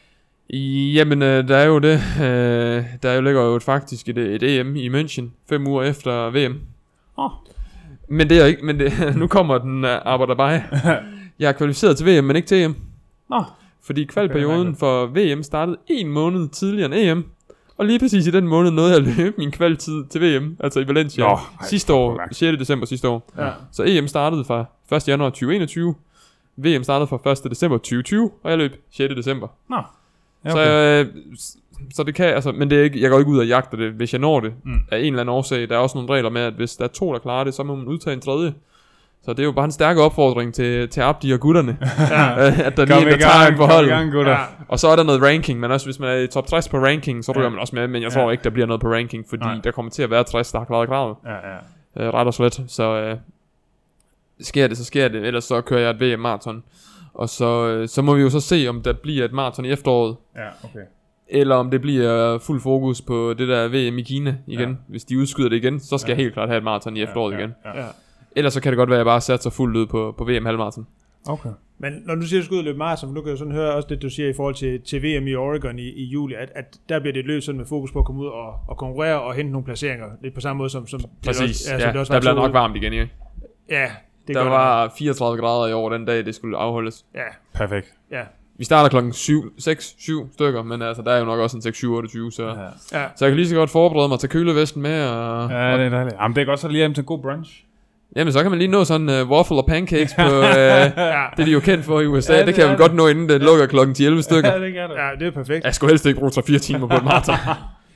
Jamen, øh, der er jo det. Øh, der jo ligger jo et, faktisk et, et E M i München, fem uger efter V M. Oh. Men det er ikke, men det, nu kommer den uh, arbejder bare. Jeg er kvalificeret til V M, men ikke til E M. Nå. Fordi kvalperioden okay, for V M startede en måned tidligere end E M. Og lige præcis i den måned nåede jeg at løbe min kvaltid til V M, altså i Valencia, Nå, sidste år, sjette december sidste år. Ja. Så E M startede fra første januar tyve enogtyve, V M startede fra første december tyve tyve, og jeg løb sjette december. Nå. Ja, okay. Så, øh, så det kan, altså, men det er ikke, jeg går ikke ud og jagter det, hvis jeg når det, mm. af en eller anden årsag. Der er også nogle regler med, at hvis der er to, der klarer det, så må man udtage en tredje. Så det er jo bare en stærk opfordring til, til Abdi og gutterne, ja. at der lige er en, der tager en på holdet. Ja. Og så er der noget ranking, men også hvis man er i top tres på ranking, så ryger ja. man også med, men jeg tror ja. ikke, der bliver noget på ranking, fordi Nej. der kommer til at være tres, der har klaret kravet. Ja, ja. Øh, ret og slet. Så øh, sker det, så sker det, ellers så kører jeg et V M-marathon. Og så, øh, så må vi jo så se, om der bliver et marathon i efteråret. Ja, okay. Eller om det bliver fuld fokus på det der V M i Kina igen. Ja. Hvis de udskyder det igen, så skal ja. jeg helt klart have et maraton i efteråret ja, ja, igen. Ja. Ellers så kan det godt være, at jeg bare satser fuldt ud på, på V M halvmaraton. Okay. Men når du siger, at du skal ud og løbe maraton, nu kan jeg sådan høre også det, du siger i forhold til, til V M i Oregon i, i juli, at, at der bliver det løb sådan med fokus på at komme ud og, og konkurrere og hente nogle placeringer. Lidt på samme måde som... som Præcis, det også, ja, ja, som det også der bliver to, nok varmt igen, ikke? Ja, det der gør var det. fireogtredive grader i år den dag, det skulle afholdes. Ja. Perfekt. Ja. Vi starter klokken seks syv stykker, men altså, der er jo nok også en seks syv otteogtyve, så, ja. Ja. så jeg kan lige så godt forberede mig til kølevesten med. Og, ja, det er dejligt. Jamen, det er godt så lige hjem til en god brunch. Jamen, så kan man lige nå sådan uh, waffle og pancakes på, uh, ja. det de jo kendt for i U S A. Ja, det, det kan jeg vel godt nå, inden det lukker klokken ti elleve stykker. Ja, det kan du. Ja, det er perfekt. Jeg skulle helst ikke bruge tre fire timer på et maraton.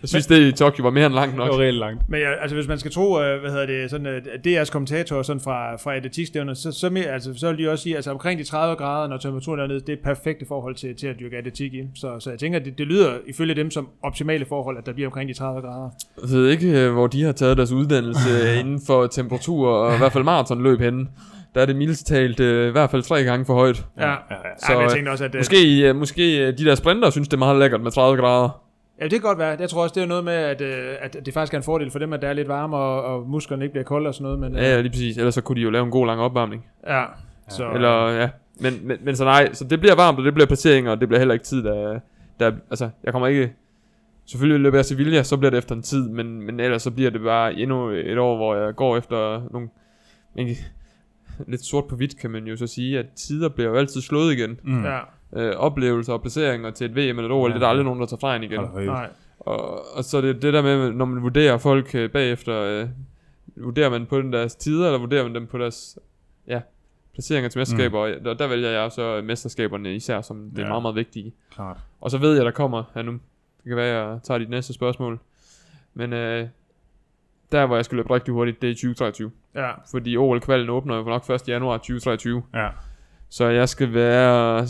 Jeg synes, det i Tokyo var mere end langt nok. Det var reelt langt. Men ja, altså hvis man skal tro, uh, hvad hedder det, sådan uh, D R's kommentatorer sådan fra fra atletikstævner, så så, mere, altså, så vil de også sige, altså omkring de tredive grader, når temperaturen er nede, det er perfekte forhold til til at dyrke atletik i. Så så jeg tænker, det, det lyder ifølge dem som optimale forhold, at der bliver omkring de tredive grader. Jeg ved ikke, hvor de har taget deres uddannelse inden for temperatur og i hvert fald maratonløb henne. Der er det mildest talt uh, i hvert fald tre gange for højt. Ja. Ja, ja. Så ja, men jeg tænkte også at måske uh, måske de der sprinter synes det er meget lækkert med tredive grader. Ja, det kan godt være. Jeg tror også, det er noget med, at, øh, at det faktisk er en fordel for dem, at der er lidt varme, og, og musklerne ikke bliver kolde og sådan noget. Men, øh, Ja, ja, lige præcis. Ellers så kunne de jo lave en god lang opvarmning. ja. Så, Eller, ja. Men, men, men så nej, så det bliver varmt, og det bliver placeringer, og det bliver heller ikke tid, der, der altså, jeg kommer ikke, selvfølgelig løber jeg Sevilla, så bliver det efter en tid, men, men ellers så bliver det bare endnu et år, hvor jeg går efter nogle, ikke, lidt sort på hvidt, kan man jo så sige, at tider bliver jo altid slået igen. Mm. ja. Øh, oplevelser og placeringer til et V M eller et O L, Ja. det er der aldrig nogen, der tager fra en igen. Nej. Og, og så det, det der med, når man vurderer folk øh, bagefter, øh, vurderer man på den deres tider, eller vurderer man dem på deres, ja, placeringer til mesterskaber, mm. og, og der vælger jeg så mesterskaberne især, som det er Ja. meget, meget vigtige. Klart. Og så ved jeg, der kommer her nu, det kan være, jeg tager dit næste spørgsmål, men øh, der hvor jeg skal løbe rigtig hurtigt, det er tyve treogtyve, Ja. fordi O L-kvalen åbner jo nok første januar tyve treogtyve, Ja. så jeg skal være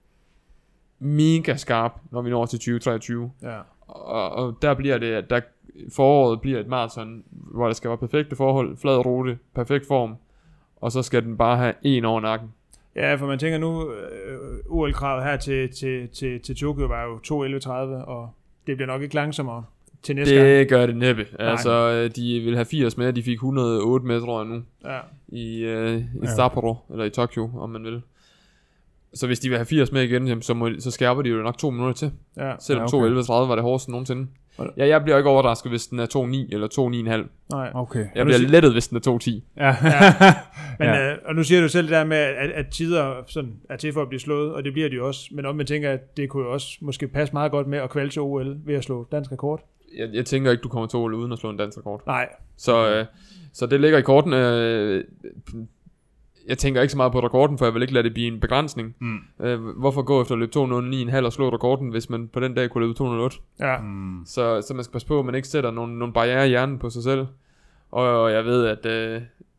mega skarp, når vi når til tyve treogtyve. Ja. Og, og der bliver det, at der foråret bliver et maraton, hvor der skal være perfekte forhold, flad rute, perfekt form, og så skal den bare have en over nakken. Ja, for man tænker nu, øh, O L-kravet her til, til, til, til Tokyo var jo to elleve tredive, og det bliver nok ikke langsommere til næste gang. Det gør det næppe. Altså, de vil have firs med, de fik et hundrede og otte med, tror jeg nu, Ja. i, øh, i Ja. Sapporo, eller i Tokyo, om man vil. Så hvis de vil have firs med igen, jamen, så, må, så skærper de jo nok to minutter til. Ja. Selvom Ja, okay. to elleve tredive var det hårdeste nogensinde. Hvordan? Ja, jeg bliver ikke overrasket, hvis den er to ni eller to ni komma fem. Nej. Okay. Jeg du bliver siger- lettet, hvis den er to ti. Ja. Ja. Men, Ja. øh, og nu siger du selv det der med, at, at tider sådan er til for at blive slået, og det bliver de jo også. Men om man tænker, at det kunne jo også måske passe meget godt med at kvalde til O L ved at slå dansk rekord. Jeg, jeg tænker ikke, du kommer til O L uden at slå en dansk rekord. Nej. Så, øh, så det ligger i korten. Øh, jeg tænker ikke så meget på rekorden, for jeg vil ikke lade det blive en begrænsning. Mm. Øh, hvorfor gå efter at løbe to nul ni komma fem og slå rekorden, hvis man på den dag kunne løbe to nul otte? Ja. Mm. Så, så man skal passe på, at man ikke sætter nogle, nogle barrierer i hjernen på sig selv. Og, og jeg ved, at øh,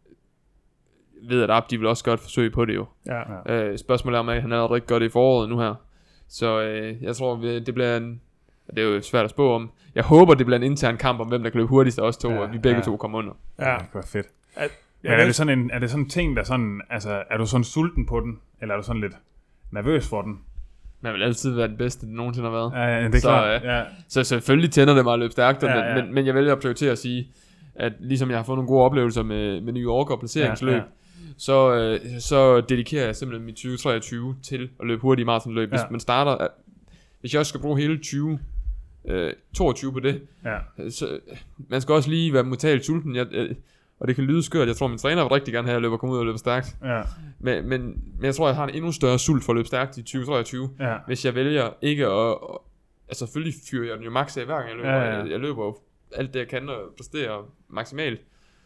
ved, at Abdi vil også gøre et forsøg på det jo. Ja. Ja. Øh, spørgsmålet er, om at han allerede ikke gør det i foråret nu her. Så øh, jeg tror, vi- det bliver en... Det er jo svært at spå om. Jeg håber, det bliver en intern kamp om, hvem der kan løbe hurtigst af os to, Ja, og at vi begge ja. to kommer under. Ja. Det kunne være fedt. At, Men er det sådan en, er det sådan en ting, der sådan, altså, er du sådan sulten på den, eller er du sådan lidt nervøs for den? Man vil altid være den bedste, det nogensinde har været. Ja, ja, det er Så, klart. øh, Ja. Så selvfølgelig tænder det mig at løbe stærkt, Ja, men, ja. Men, men jeg vælger at prioritere at sige, at ligesom jeg har fået nogle gode oplevelser med, med New York og placeringsløb, Ja, ja. Så, øh, så dedikerer jeg simpelthen mit tyve treogtyve til at løbe hurtigt maratonløb. Hvis Ja. man starter, at, hvis jeg også skal bruge hele tyve, øh, toogtyve på det, Ja. så man skal også lige være modtagelig sulten. Jeg, øh, og det kan lyde skørt, jeg tror min træner vil rigtig gerne have, at jeg løber komme ud og løbe stærkt. Ja. Men, men, men jeg tror, jeg har en endnu større sult for at løbe stærkt i tyve treogtyve, Ja. hvis jeg vælger ikke at... at altså selvfølgelig fyrer jeg den jo max af hver gang jeg løber. Ja, ja. Jeg, jeg løber jo alt det jeg kan og præsterer maksimalt.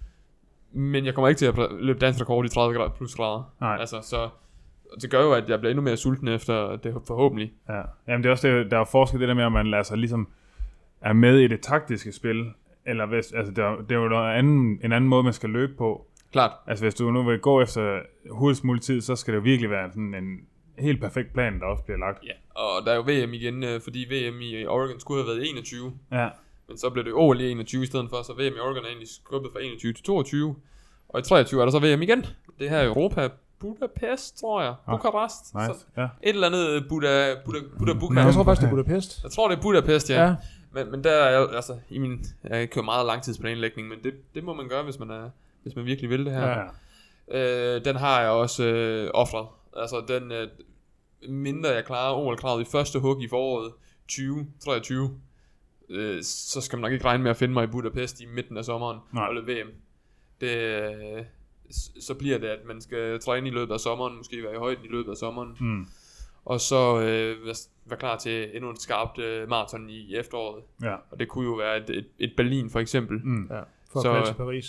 Men jeg kommer ikke til at pr- løbe dansk rekord i tredive grader plus grader. Nej. Altså, så det gør jo, at jeg bliver endnu mere sulten efter det forhåbentlig. Ja. Jamen det er også det, der er forskel det der med, at man lader sig ligesom er med i det taktiske spil, eller hvis, altså det er, det er jo noget anden, en anden måde, man skal løbe på. Klart. Altså hvis du nu vil gå efter hurtigst mulig tid, så skal det jo virkelig være sådan en helt perfekt plan, der også bliver lagt. Ja. Og der er jo V M igen, øh, fordi V M i Oregon skulle have været enogtyve. Ja. Men så blev det O L i enogtyve i stedet for, så V M i Oregon er egentlig skubbet fra enogtyve til toogtyve. Og i treogtyve er der så V M igen. Det her er Europa, Budapest, tror jeg. Ah, Bukarest. Nice. Så Ja. et eller andet Buda, Buda, Buda, Buka. Jeg tror faktisk, det er Budapest. Jeg tror, det er Budapest, ja. Ja. Men, men der er jeg, altså, i min, jeg kører meget langtidsplanlægning, men det, det må man gøre, hvis man, er, hvis man virkelig vil det her. Ja. Øh, den har jeg også øh, offret. Altså, den, øh, mindre jeg klarer O L-kravet i første hug i foråret tyve treogtyve, øh, så skal man nok ikke regne med at finde mig i Budapest i midten af sommeren Nej. og løbe V M. Det, øh, s- så bliver det, at man skal træne i løbet af sommeren, måske være i højden i løbet af sommeren, Mm. og så øh, være, være klar til endnu et skarpt øh, maraton i efteråret. Ja. Og det kunne jo være et, et, et Berlin for eksempel. Mm. Ja. For Så, at kvalde til Paris.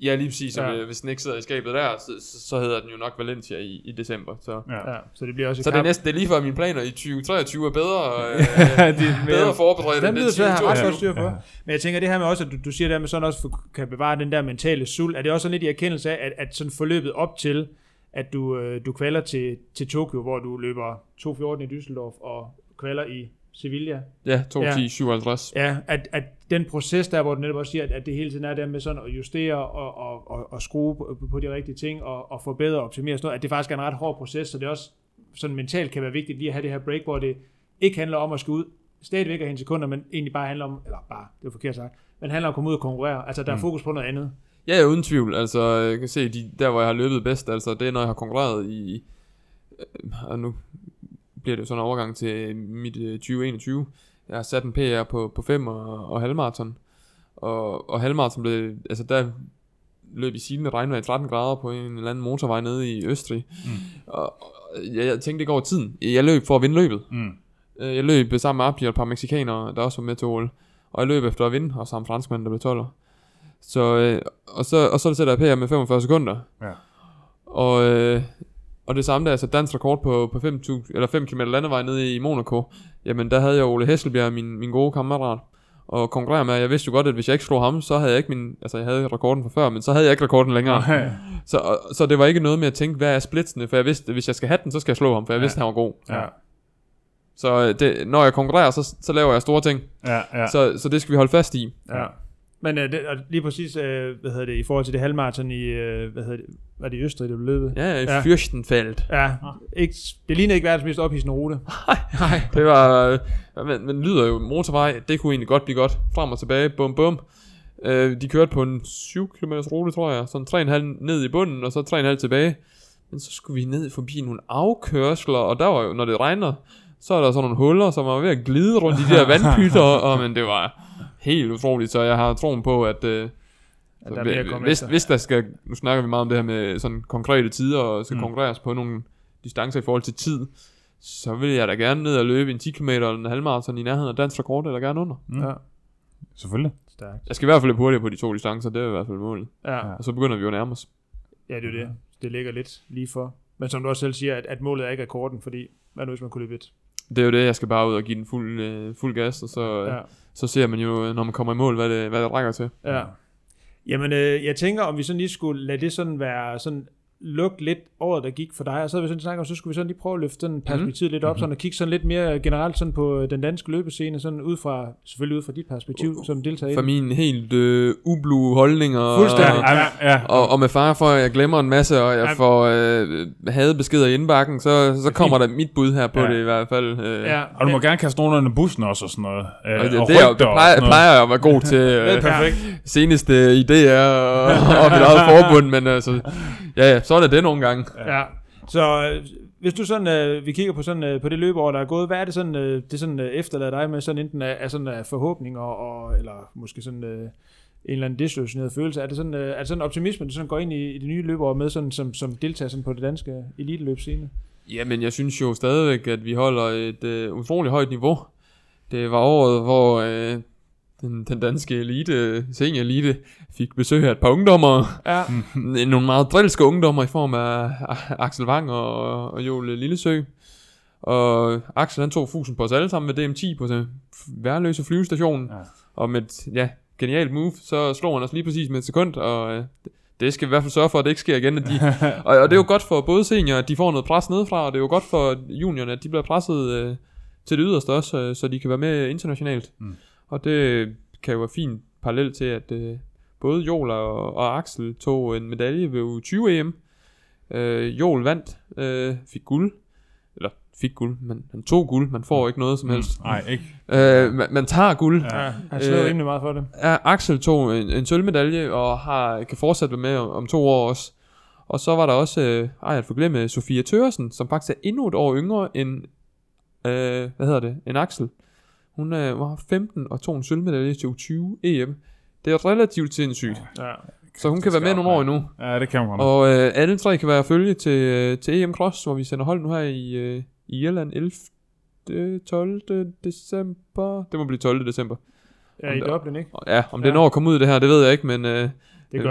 Ja, lige præcis. Ja. Ja. Hvis den ikke sidder i skabet der, så, så, så hedder den jo nok Valencia i, i december. Så, Ja. Ja, så det bliver også et så det er kamp. næsten det er lige før mine planer i tyve treogtyve er bedre, øh, de er bedre mere- forberedt Den end det lyder til at have ret tyve godt styr på. Ja. Men jeg tænker det her med også, at du, du siger der med sådan også for, kan bevare den der mentale sult. Er det også sådan lidt i erkendelse af, at, at sådan forløbet op til, at du, øh, du kvalder til, til Tokyo, hvor du løber to fjorten i Düsseldorf og kvalder i Sevilla. Ja, to ti syvoghalvtreds. Ja, at, at den proces der, hvor du netop også siger, at, at det hele tiden er der med sådan at justere og, og, og, og skrue på, på de rigtige ting og, og forbedre og optimere sådan noget, at det faktisk er en ret hård proces, så det også sådan mentalt kan være vigtigt lige at have det her break, hvor det ikke handler om at skulle ud stadigvæk at hente sekunder, men egentlig bare handler om, eller bare, det er forkert sagt, men handler om at komme ud og konkurrere. Altså der er fokus på noget andet. Ja, ja, uden tvivl. Altså, jeg kan se, de, der hvor jeg har løbet bedst, altså det er, når jeg har konkurreret i, øh, og nu bliver det jo sådan en overgang til mit øh, tyve enogtyve. Jeg har sat en P R på, på fem og, og halvmarathon. Og, og halvmarathon blev, altså der løb i silende regnvejr i tretten grader på en eller anden motorvej nede i Østrig. Mm. Og, og jeg, jeg tænkte ikke over tiden. Jeg løb for at vinde løbet. Mm. Jeg løb sammen med Abdi og et par mexikanere, der også var med til O L. Og jeg løb efter at vinde, og sammen franskmanden, der blev tolver. Så, øh, og, så, og så sætter jeg P R med femogfyrre sekunder. Ja. Og, øh, og det samme der, altså dansk rekord på, på fem kilometer landevej nede i Monaco. Jamen der havde jeg Ole Hesselbjerg, min, min gode kammerat, og konkurrere med. Jeg vidste jo godt, at hvis jeg ikke slog ham, så havde jeg ikke min, altså jeg havde rekorden fra før, men så havde jeg ikke rekorden længere. Ja. Så, og, så det var ikke noget med at tænke, hvad er splitsene, for jeg vidste, at hvis jeg skal have den, så skal jeg slå ham, for jeg Ja. vidste, at han var god. Ja. Så det, når jeg konkurrerer, så, så laver jeg store ting. Ja, ja. Så, så det skal vi holde fast i. Ja. Men øh, det, og lige præcis, øh, hvad hedder det, i forhold til det halvmarathon i, øh, hvad hedder det, var det i Østrig, det blev løbet? Ja, i Ja. Fürstenfeld. Ja, ikke, det ligner ikke verdens mest ophidsende rute. Nej, det var, øh, men, men lyder jo motorvej, det kunne egentlig godt blive godt. Frem og tilbage, bum bum. Øh, de kørte på en syv kilometer rute, tror jeg. Sådan tre komma fem ned i bunden, og så tre komma fem tilbage. Men så skulle vi ned forbi nogle afkørsler, og der var jo, når det regner, så er der sådan nogle huller, som var ved at glide rundt i de der vandpytter, og men det var helt utroligt, så jeg har troen på, at øh, At der er mere at komme hvis, efter. hvis der skal, nu snakker vi meget om det her med sådan konkrete tider, og skal Mm. mm. konkurreres på nogle distancer i forhold til tid, så vil jeg da gerne ned og løbe en ti kilometer eller en halvmarathon i nærheden af dansk rekord, eller gerne under. Mm. Ja, Selvfølgelig. stærkt. Jeg skal i hvert fald løbe hurtigere på de to distancer, det er i hvert fald målet. Ja, Ja. Og så begynder vi jo at nærme os. ja, det er jo det. Det ligger lidt lige for. Men som du også selv siger, at, at målet er ikke rekorden, fordi hvad nu hvis man kunne løbe et? Det er jo det, jeg skal bare ud og give den fuld, øh, fuld gas, og så, Ja. ja. så ser man jo, når man kommer i mål, hvad det, hvad det rækker til. Ja. Jamen, øh, jeg tænker, om vi sådan lige skulle lade det sådan være sådan lukke lidt året, der gik for dig, og så havde vi sådan snakket om, så skulle vi sådan lige prøve at løfte sådan perspektivet mm. lidt op, sådan og kigge sådan lidt mere generelt sådan på den danske løbescene, sådan ud fra, selvfølgelig ud fra dit perspektiv, som deltager i For den. min helt øh, ublu holdning, og, Fuldstændig. og, Ja, ja. og, og med far for, at jeg glemmer en masse, og jeg Ja. får øh, hadebeskeder i indbakken, så, så kommer der mit bud her på Ja. det i hvert fald. Øh, Ja, Og du må gerne kaste nogen under bussen også og sådan noget. Øh, Og det, og det, er, jo- rygter det og plejer, sådan noget. plejer jeg at være god til. Øh, perfekt. seneste idéer og, og mit eget forbund, men altså, ja, ja, så er det det nogle gange. Ja. Så øh, hvis du sådan, øh, vi kigger på sådan øh, på det løbeår, der er gået, hvad er det sådan, øh, det sådan øh, efterlader dig med sådan enten af, af sådan af forhåbninger og eller måske sådan øh, en eller anden desillusioneret følelse? Er det sådan, øh, er det sådan optimisme, du sådan går ind i, i det nye løbeår med sådan som som deltager sådan på det danske eliteløbscene? Jamen, jeg synes jo stadigvæk, at vi holder et øh, utroligt højt niveau. Det var året, hvor øh, den, den danske elite, senior-elite, fik besøg af et par ungdommer. Ja. Nogle meget drilske ungdommer i form af Axel Wang og, og Joel Lillesø. Og Axel han tog fusen på os alle sammen med D M ti på den værløse flyvestation. Ja. Og med et ja, genialt move, så slog han os lige præcis med et sekund. Og øh, det skal vi i hvert fald sørge for, at det ikke sker igen. At de, og, og det er jo godt for både seniorer, at de får noget pres nedefra. Og det er jo godt for juniorerne, at de bliver presset øh, til det yderste også, øh, så de kan være med internationalt. Mm. Og det kan jo være fint parallelt til, at øh, både Joel og, og Axel tog en medalje ved U tyve E M. Øh, Joel vandt, øh, fik guld. Eller fik guld, men han tog guld. Man får ikke noget som helst. Nej, ikke. Øh, man, man tager guld. Ja. Ja, han slår Øh, rimelig meget for det. Ja, Axel tog en, en sølvmedalje og har, kan fortsætte med om, om to år også. Og så var der også, øh, ej jeg får glemme, Sofia Tøresen, som faktisk er endnu et år yngre end, øh, hvad hedder det, end Axel. Hun øh, var femten og tog en sølvmedalje til U tyve E M. Det er relativt sindssygt. Ja. Så hun kan være med nogle år endnu. Ja, det kan hun godt. Og øh, alle tre kan være at følge til, øh, til E M Cross, hvor vi sender hold nu her i, øh, i Irland ellevte tolvte december. Det må blive tolvte december. Ja, i Dublin, ikke? Og ja, om det Ja. når at komme ud af det her, det ved jeg ikke, men... Øh, Det gør det ikke.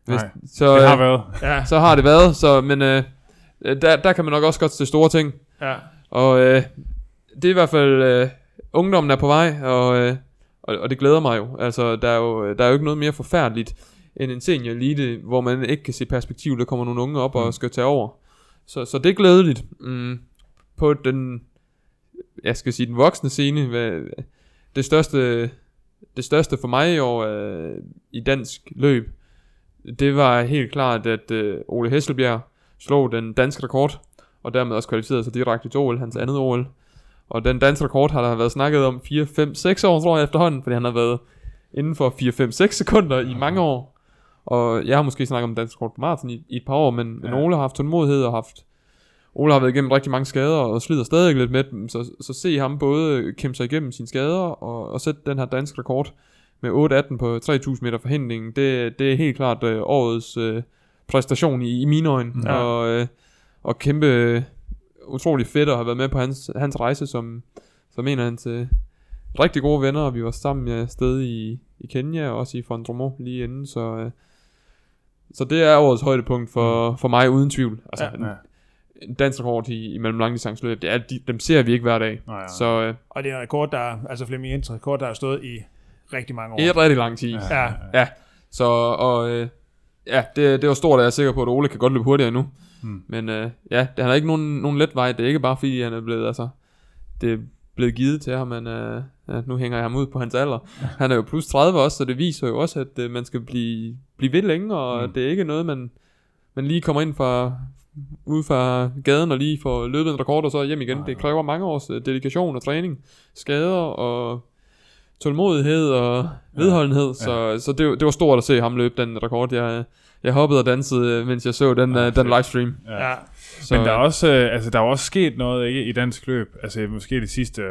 Hvis, Nej, så, det har øh, været. Ja, så har det været, så, men øh, der, der kan man nok også godt til store ting. ja. Og øh, det er i hvert fald, øh, ungdommen er på vej, og, øh, og, og det glæder mig jo. Altså, der er jo, der er jo ikke noget mere forfærdeligt end en senior elite, hvor man ikke kan se perspektiv, der kommer nogle unge op og skal tage over. Så, så det er glædeligt. Mm, på den, jeg skal sige den voksne scene, hvad, det største, det største for mig i år øh, i dansk løb, det var helt klart, at øh, Ole Hesselbjerg slog den danske rekord, og dermed også kvalificerede sig direkte til O L, hans andet O L. Og den danske rekord har der været snakket om fire, fem, seks år, tror jeg efterhånden, fordi han har været inden for fire, fem, seks sekunder i mange år. Og jeg har måske snakket om dansk rekord på maraton i, i et par år, men, ja. men Ole har haft tålmodighed og haft... Ole har været igennem rigtig mange skader og slider stadig lidt med dem, så, så se ham både kæmpe sig igennem sine skader og, og sætte den her danske rekord med otte atten på tre tusind meter forhindring. Det, det er helt klart øh, årets øh, præstation i, i mine øjne, ja. og, øh, og kæmpe øh, utrolig fedt at have været med på hans, hans rejse som, som en af hans øh, rigtig gode venner, og vi var sammen med sted i, i Kenya og også i Fondromo lige inden, så, øh, så det er årets højdepunkt for, for mig uden tvivl. Altså, Ja, ja. En dansk rekord i, i mellem langdistanceløb, det er, de, dem ser vi ikke hver dag. Nej, nej. Så øh, Og det er en rekord, der, altså Flemming Jensens rekord, der har stået i rigtig mange år. i et rigtig lang tid. Ja. Ja, så og øh, ja, det, det var stort, at jeg er sikker på, at Ole kan godt løbe hurtigere nu. Hmm. Men øh, ja, det, han har ikke nogen, nogen let vej. Det er ikke bare fordi, han er blevet, altså, det er blevet givet til ham, men øh, ja, nu hænger jeg ham ud på hans alder. Han er jo plus tredive også, så det viser jo også, at øh, man skal blive, blive ved længe, og hmm. det er ikke noget, man, man lige kommer ind fra... ude fra gaden og lige får løbet en rekord og så hjem igen. Det kræver mange års dedikation og træning, skader og tålmodighed og vedholdenhed. Ja. Så, så det, det var stort at se ham løbe den rekord. Jeg, jeg hoppede og dansede, mens jeg så den, ja, den livestream. Ja. Ja. Så, Men der er også, øh, altså der er også sket noget, ikke, i dansk løb. Altså måske de sidste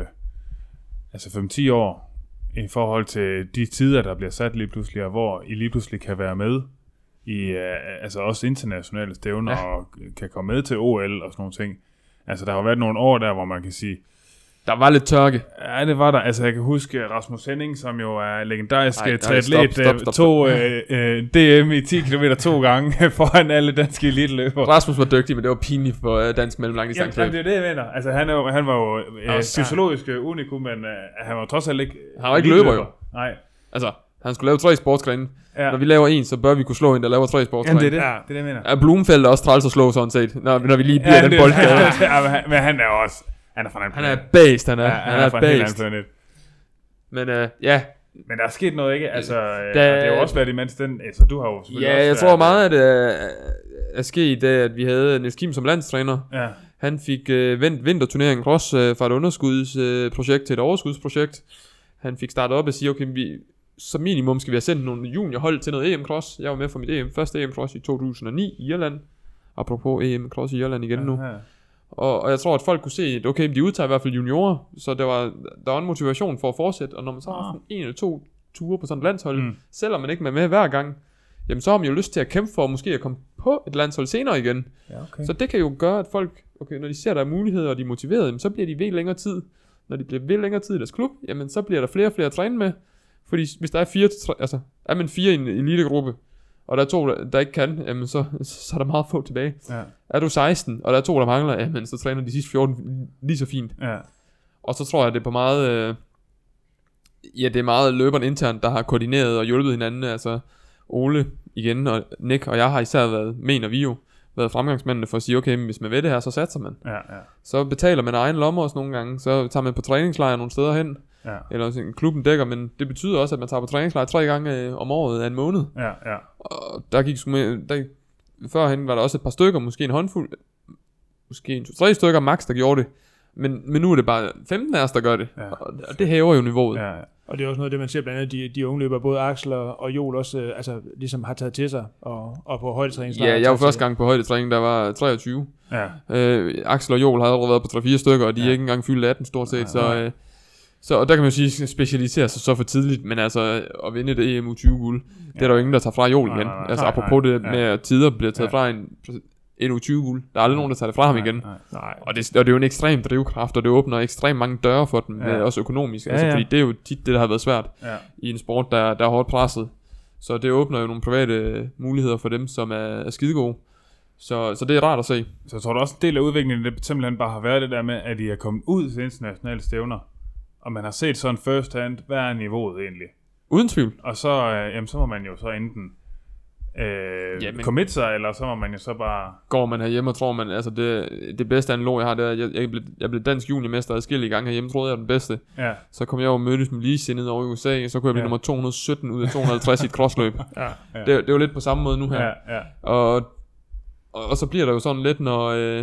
altså fem til ti år i forhold til de tider, der bliver sat lige pludselig, og hvor I lige pludselig kan være med i, uh, altså også internationale stævner, ja. Og kan komme med til O L og sådan nogle ting. Altså der har været nogle år der, hvor man kan sige, der var lidt tørke. ja, det var der. Altså jeg kan huske Rasmus Henning, som jo er legendarisk Ej, triatlet, stop, stop, stop, tog uh, uh, D M i ti kilometer to gange foran alle danske eliteløbere. Rasmus var dygtig, men det var pinligt for uh, dansk Jamen, mellemlangdistanceløb. det er det, jeg mener. Altså han, er jo, han var jo uh, fysiologisk unikum, men uh, han var trods alt ikke... Han var ikke løber jo. Nej. Altså, han skulle lave tre sportsgrene. Ja. Når vi laver en, så bør vi kunne slå en, der laver tre sportsgrene. Jamen det er det, Ja. det, er det jeg mener. Ja, Blumenfeldt er også træls at slå sådan set, når, når vi lige bliver Ja, den det- boldgade. ja, men han- men han er jo også... Han er fra en Han er planet. based, han er. Ja, han, han er er, fra en helt anden based. planet. Men øh, ja, Men der er sket noget, ikke? Altså, Da- da, det har jo også været imens den... Altså, du har jo selvfølgelig ja også jeg været, tror meget, at det er, er sket, da at vi havde Niels Kim som landstræner. Ja, Han fik øh, vendt vinterturneringen cross øh, fra et underskudsprojekt øh, til et overskudsprojekt. Han fik startet op og sige, okay, vi, som minimum skal vi have sendt nogle juniorhold til noget E M cross. Jeg var med for mit E M, første E M cross i to tusind og ni i Irland. Apropos E M cross i Irland igen nu. ja. Og, og jeg tror, at folk kunne se, at okay, de udtager i hvert fald juniorer, så der var, der var en motivation for at fortsætte. Og når man så har haft en eller to ture på sådan et landshold, Mm. mm. selvom man ikke er med hver gang, jamen så har man jo lyst til at kæmpe for måske at komme på et landshold senere igen. Ja, okay. Så det kan jo gøre, at folk, okay, når de ser, der er muligheder, og de er motiverede, jamen, så bliver de ved længere tid. Når de bliver ved længere tid i deres klub, jamen så bliver der flere og flere at træne med. Fordi hvis der er fire, altså er man fire i en elitegruppe, og der er to, der, der ikke kan, jamen så, så er der meget få tilbage. Ja, Er du seksten, og der er to, der mangler, jamen så træner de sidste fjorten lige så fint. ja. Og så tror jeg, det er på meget, øh, ja, det er meget løberen internt, der har koordineret og hjulpet hinanden. Altså Ole igen, og Nick og jeg har især været, mener vi jo, været fremgangsmændene for at sige, okay, men hvis man ved det her, så satser man. Ja, ja, Så betaler man egen lommer også nogle gange, så tager man på træningslejr nogle steder hen, ja, eller sådan, klubben dækker, men det betyder også, at man tager på træningslejr tre gange øh, om året af en måned. ja, ja. Og der gik sgu med, der, førhen var der også et par stykker, måske en håndfuld, måske en to, tre stykker max, der gjorde det. Men, men nu er det bare femten af os, der gør det. Ja. Og, og det hæver jo niveauet. Ja, ja. Og det er også noget af det, man ser blandt andet, de, de unge løbere, både Axel og, og Joel også, øh, altså ligesom har taget til sig, og, og på højdetræningslejr. Ja, jeg var første gang på højdetræning, der var treogtyve. Ja. Øh, Axel og Joel har allerede været på tre fire stykker, og de Ja. er ikke engang fyldt atten stort set. Nej, så, nej. øh, så og der kan man jo sige, specialisere sig så for tidligt, men altså at vinde det E M U tyve guld, ja. det er der jo ingen, der tager fra Joel Nej, igen. nej, nej. Altså Nej, apropos nej. det med, at tider bliver taget Ja. fra en, en U tyve guld. Der er aldrig nogen, der tager det fra ham igen. Nej, nej. Nej, Og det, og det er jo en ekstrem drivkraft, og det åbner ekstremt mange døre for dem, Ja. ja. også økonomisk. Ja, Altså, ja. fordi det er jo tit det, der har været svært Ja. i en sport, der, der er hårdt presset. Så det åbner jo nogle private muligheder for dem, som er, er skidegode. Så, så det er rart at se. Så jeg tror du også, en del af udviklingen, det simpelthen bare har været det der med, at de er kommet ud til internationale stævner, og man har set sådan first hand, hvad er niveauet egentlig? Uden tvivl. Og så, øh, jamen, så må man jo så enten øh, Jamen. commit sig, eller så må man jo så bare... Går man herhjemme og tror man, altså det, det bedste analog jeg har, det er, jeg, jeg, blev, jeg blev dansk juniormester adskillige gange herhjemme, troede jeg var den bedste. Ja. Så kom jeg over og mødtes med ligesindede over i U S A, så kunne jeg blive Ja. nummer to hundrede og sytten ud af to hundrede og halvtreds i et crossløb. Ja. Ja. Det, det var lidt på samme måde nu her. Ja, ja. Og, og, og så bliver der jo sådan lidt, når, øh,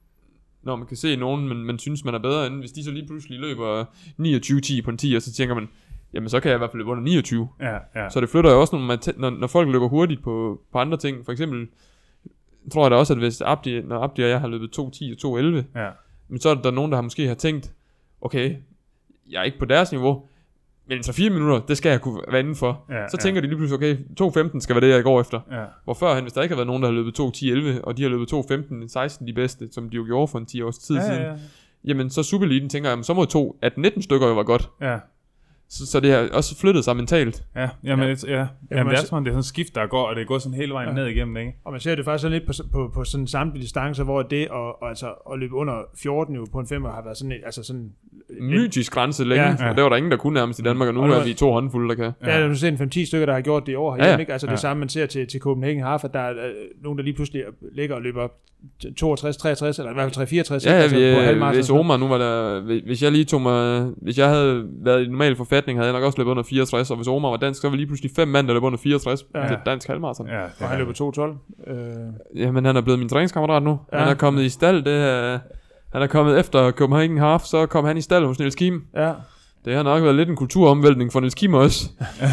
når man kan se nogen, man, man synes man er bedre end, hvis de så lige pludselig løber niogtyve ti på en ti, og så tænker man, jamen så kan jeg i hvert fald løbe under niogtyve. Ja, ja. Så det flytter jo også, når, man tæ- når, når folk løber hurtigt på, på andre ting. For eksempel tror jeg da også, at hvis Abdi, når Abdi og jeg har løbet to ti og to elleve, Ja. men så er der nogen, der har måske har tænkt, okay, jeg er ikke på deres niveau, men tre fire minutter, det skal jeg kunne være inden for. Ja, Så ja. tænker de lige pludselig, okay, to femten skal være det, jeg går efter. Ja. Hvor førhen, hvis der ikke har været nogen, der har løbet to ti elleve, og de har løbet to femten seksten de bedste, som de jo gjorde for en ti års tid Ja, siden, ja, ja. jamen så Supereliten tænker jeg, så må to atten nitten stykker jo være godt. Ja. Så, så det har også flyttet sig mentalt. Ja, jamen, ja. ja. Jamen, man det er se- sådan, det er sådan et skift, der går, og det går sådan hele vejen Ja. ned igennem, ikke? Og man ser det faktisk sådan lidt på, på, på sådan samtlige distancer, hvor det at, og, altså, at løbe under fjorten jo på en femmer har været sådan, et, altså sådan Mytisk grænse længe, Ja. ja. og det var der ingen, der kunne nærmest i Danmark, og nu Og det er var- vi to håndfulde, der kan. Ja, ja du ser en fem ti stykker, der har gjort det i år herhjemme, Ja, ja, ja. ikke? Altså det Ja. samme, man ser til, til Copenhagen Half, at der er øh, nogen, der lige pludselig ligger og løber toogtres treogtres, eller i hvert fald tre fireogtres, Ja, ja altså vi, på øh, halvmarathon. hvis Omar nu var der, hvis jeg lige tog mig, hvis jeg havde været i normal forfatning, havde jeg nok også løbet under fireogtres, og hvis Omar var dansk, så var lige pludselig fem mand, der løb under fireogtres Ja. til dansk halvmarathon. Ja, Og han løber to tolv. Øh, Jamen han er blevet min træningskammerat nu. Ja. Han er kommet i stald, det er, han er kommet efter Copenhagen Half, så kom han i stald hos Niels Kim. ja. Det har nok været lidt en kulturomvæltning for Niels Kim også.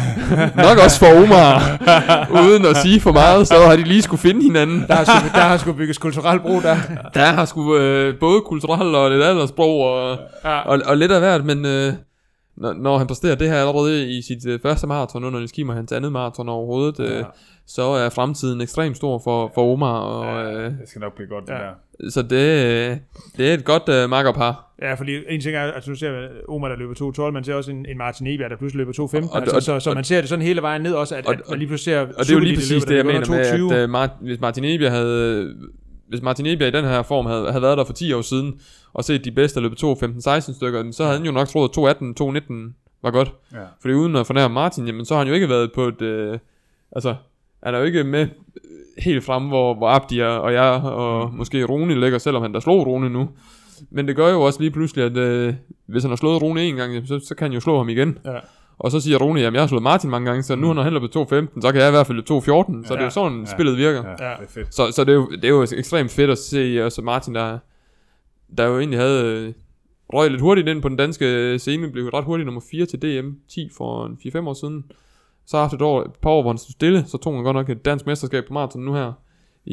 Nok også for Omar. Uden at sige for meget, så har de lige skulle finde hinanden. Der har sgu, der har sgu bygget kulturel bro der. Der har sgu øh, både kulturelt og lidt alderssprog og, Ja. og, og lidt af hvert, men øh, når, når han præsterer det her allerede i sit øh, første maraton, under Niels Kim og hans andet maraton overhovedet, øh, Ja. så er fremtiden ekstremt stor for, for Omar. Og, øh, Det skal nok blive godt, det Ja. der. så det, øh, det er et godt øh, makkerpar. Ja, fordi en ting er, at du ser Omar, der løber to tolv, man ser også en, en Martin Eberg, der pludselig løber to femten, Og- altså, og- så, så og- man ser det sådan hele vejen ned også, at, og- at man lige pludselig ser Og det er jo lige præcis det, jeg mener med, to tyve. at uh, Mart- hvis Martin Ebjerg havde... Hvis Martin Ebjerg i den her form havde, havde været der for ti år siden, og set de bedste løbe to femten seksten stykker, så havde han jo nok troet, at to atten to nitten var godt. Ja. Fordi uden at fornærme Martin, jamen, så har han jo ikke været på et... Øh, altså, han er jo ikke med helt fremme, hvor, hvor Abdi og jeg og mm. måske Rune ligger, selvom han der slog Rune nu. Men det gør jo også lige pludselig, at øh, hvis han har slået Rune en gang, jamen, så, så kan han jo slå ham igen. Ja. Og så siger Rune, jamen jeg har slået Martin mange gange, så nu når han løber to femten, så kan jeg i hvert fald løbe to fjorten. Så Ja. det er jo sådan, Ja. spillet virker. Ja, Ja. det er fedt. Så, så det, er jo, det er jo ekstremt fedt at se også Martin, der, der jo egentlig havde øh, røg lidt hurtigt ind på den danske scene, blev ret hurtigt nummer fire til D M ti for en fire fem år siden. Så efter et, år, et par år, hvor han stod stille, så tog han godt nok et dansk mesterskab på maraton nu her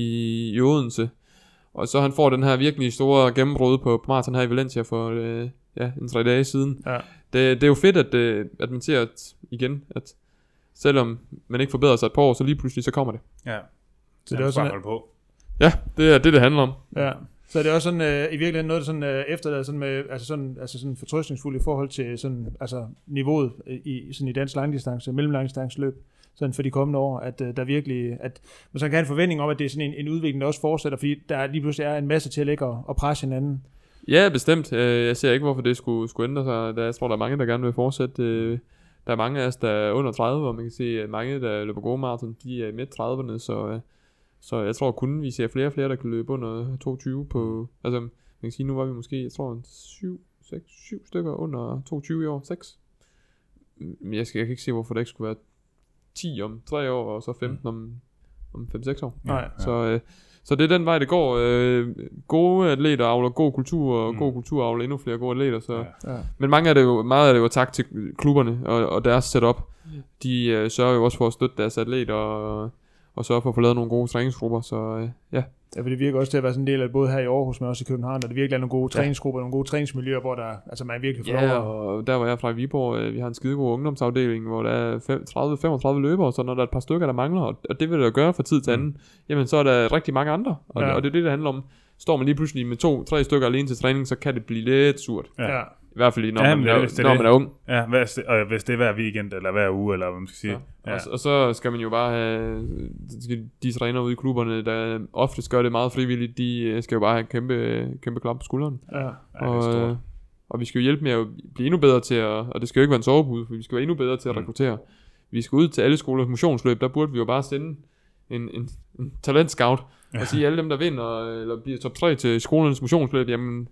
i, i Odense. Og så han får den her virkelig store gennembrud på, på maraton her i Valencia for øh, ja, en tre dage siden. Ja. Det, det er jo fedt, at, øh, at man ser at, igen, at selvom man ikke forbedrer sig et par år, så lige pludselig så kommer det. Ja. Så det er også sådan, holde på. Ja, det er det, det handler om. ja. Så det er også sådan, øh, i virkeligheden noget, der sådan øh, efterlader sådan med, altså sådan, altså sådan fortrøstningsfuldt i forhold til sådan, altså niveauet i, sådan i dansk langdistance, mellemlangdistance løb, sådan for de kommende år, at øh, der virkelig, at man så kan have en forventning om, at det er sådan en, en udvikling, der også fortsætter, fordi der lige pludselig er en masse til at lægge og, og presse hinanden. Ja, bestemt. Øh, Jeg ser ikke, hvorfor det skulle, skulle ændre sig. Der, jeg tror, der er mange, der gerne vil fortsætte. Øh, Der er mange af os, der er under tredive, og man kan se, at mange, der løber gode maraton, de er midt trediverne, så, øh, så jeg tror kun, vi ser flere og flere, der kan løbe under toogtyve på... Altså, man kan sige, nu var vi måske, jeg tror, syv, seks, syv stykker under toogtyve i år. seks. Men jeg, skal, jeg kan ikke se, hvorfor der ikke skulle være ti om tre år, og så femten om, om fem seks år. Nej. Ja. Så, øh, så det er den vej, det går. Øh, gode atleter avler god kultur, og Mm. god kultur avler endnu flere gode atleter. Så. Ja. Ja. Men mange af det jo, meget af det er jo tak til klubberne og, og deres setup. De øh, sørger jo også for at støtte deres atleter og, og sørge for at få lavet nogle gode træningsgrupper. Så øh, ja. Ja, for det virker også til at være sådan en del af både her i Aarhus, men også i København, og det virkelig er nogle gode træningsgrupper, nogle gode træningsmiljøer, hvor der, altså man virkelig får Ja, lov at... og der hvor jeg er fra i Viborg, øh, vi har en skidegod ungdomsafdeling, hvor der er tredive til femogtredive løbere, så når der er et par stykker, der mangler, og, og det vil der gøre fra tid til anden, mm. jamen så er der rigtig mange andre, og, Ja. og det er det, det handler om. Står man lige pludselig med to, tre stykker alene til træning, så kan det blive lidt surt. Ja. Ja. I hvert fald når, Ja, man, men er, hvis det er når det. man er ung. Ja, hvis det, og hvis det er hver weekend, eller hver uge, eller hvad man skal sige. Ja. Ja. Og, og så skal man jo bare have, de træner ude i klubberne, der oftest gør det meget frivilligt, de skal jo bare have en kæmpe, kæmpe klap på skulderen. Ja. Ja, det er og, stort. øh, og vi skal jo hjælpe med at blive endnu bedre til at, og det skal jo ikke være en sovepude, for vi skal være endnu bedre til at Mm. rekruttere. Vi skal ud til alle skolers motionsløb, der burde vi jo bare sende en, en, en talentscout, Ja. og sige alle dem, der vinder, eller bliver top tre til skolernes motionsløb, jamen,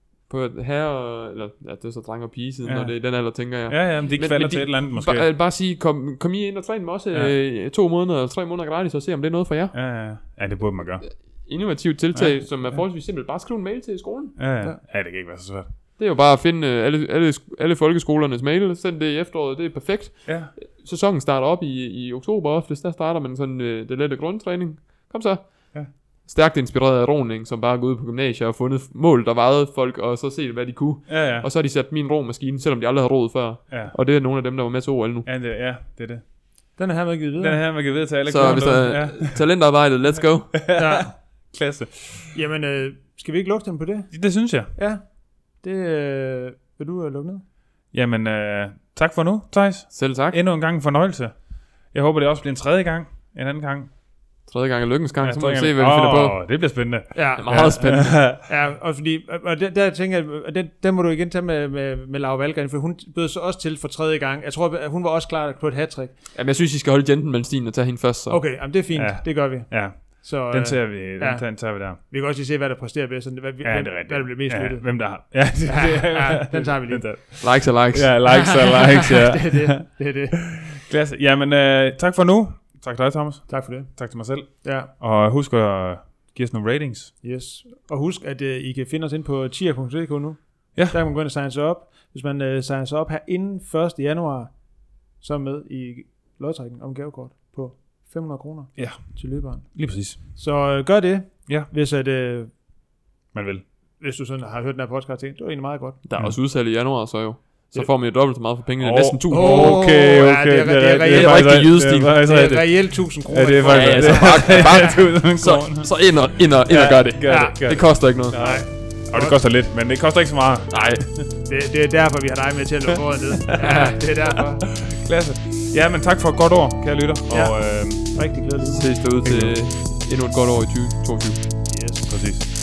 på herre, eller ja, det er så dreng og pige siden, Ja. når det er den alder, tænker jeg. Ja, ja, men de Men- falder men til de- et eller andet måske. Bare, bare sige, kom, kom I ind og træn med os Ja. øh, to måneder eller tre måneder gratis, og se om det er noget for jer. Ja, ja, ja, det burde man gøre. Innovativt tiltag, Ja. som er forholdsvis simpelt. Bare skriv en mail til skolen. Ja, ja. Ja. Ja, det kan ikke være så svært. Det er jo bare at finde øh, alle, alle, alle folkeskolernes mail, send det i efteråret, det er perfekt. Ja. Sæsonen starter op i, i oktober oftest, der starter man sådan øh, det lette grundtræning. Kom så. Ja. Stærkt inspireret af roning, som bare går ud på gymnasiet og fundet mål, der vejede folk, og så set, hvad de kunne. Ja, ja. Og så har de sat min romaskine, selvom de aldrig har roet før. Ja, Og det er nogle af dem, der var med til O L nu. ja, det, ja, det er det. Den er her med givet videre. Den her, man kan vide til alle Så hvis der kunder. er Ja, talentarbejdet, let's go. Ja. klasse. Jamen, øh, skal vi ikke lukke dem på det? Det synes jeg. Ja. Det øh, vil du øh, lukke ned? Jamen, øh, tak for nu, Thijs. Selv tak. Endnu en gang en fornøjelse. Jeg håber, det også bliver en tredje gang. En anden gang. Tredje gang er lykkens gang, Ja, så må vi tredje se, gang. hvad vi finder på. Åh, det bliver spændende. Ja. Det er meget spændende. Ja, og fordi, og der, der tænker jeg, at den, den må du igen tage med, med, med Laura Valgren, for hun bød så også til for tredje gang. Jeg tror, at hun var også klar på et hat-trick. Jamen, jeg synes, I skal holde gentleman-stilen og tage hende først. Så. Okay, jamen, det er fint. Ja. Det gør vi. Ja, Så, den øh, tager vi, den, ja. tager, den tager vi der. vi kan også lige se, hvad der præsterer bedst. Hvad, Ja, hvem, det er rigtigt. hvad der bliver mest ja, lyttet. hvem der har. Ja, det, Ja, ja, den tager vi lige. Den tager- Likes og likes. Ja, likes og likes, ja. det er det. Det er det. Klasse. Jamen, øh, tak for nu. Tak til dig, Thomas. Tak for det. Tak til mig selv. Ja, Og husk at give os nogle ratings. yes. Og husk, at uh, I kan finde os ind på tier punktum d k nu. Ja. Der kan man gå ind og signe sig op. Hvis man uh, signer sig op her inden første januar, så er med i lodtrækning om gavekort på fem hundrede kroner Ja. til løberen. Lige præcis. Så uh, gør det, Ja. hvis, at, uh, Man vil. hvis du sådan har hørt den her podcast og tænkt, det var egentlig meget godt. Der er Mm. også udsalg i januar, så jo. Så Ja. får man jo dobbelt så meget for pengene. Det er Åh. næsten tusind. Åh, kroner. Okay, ja, okay. det er- det er det reelt. Det er rigtig jydestil. Det er faktisk Det er rigtigt. reelt tusind kroner. Ja, det er for- faktisk Ja, altså, bare, bare, så, Så, så ind og, ind og, ind og gør det. Gør Ja. det, gør Det det. koster ikke noget. Nej, Og det koster lidt, men det koster ikke så meget. Nej. det, det er derfor, vi har dig med til at lukke året ned. Ja, det er derfor. Klasse. Ja, men tak for et godt år, kære lytter. Ja. Og øh, Rigtig glædeligt. Ses derude til endnu et godt år i tyve toogtyve. Yes. præcis.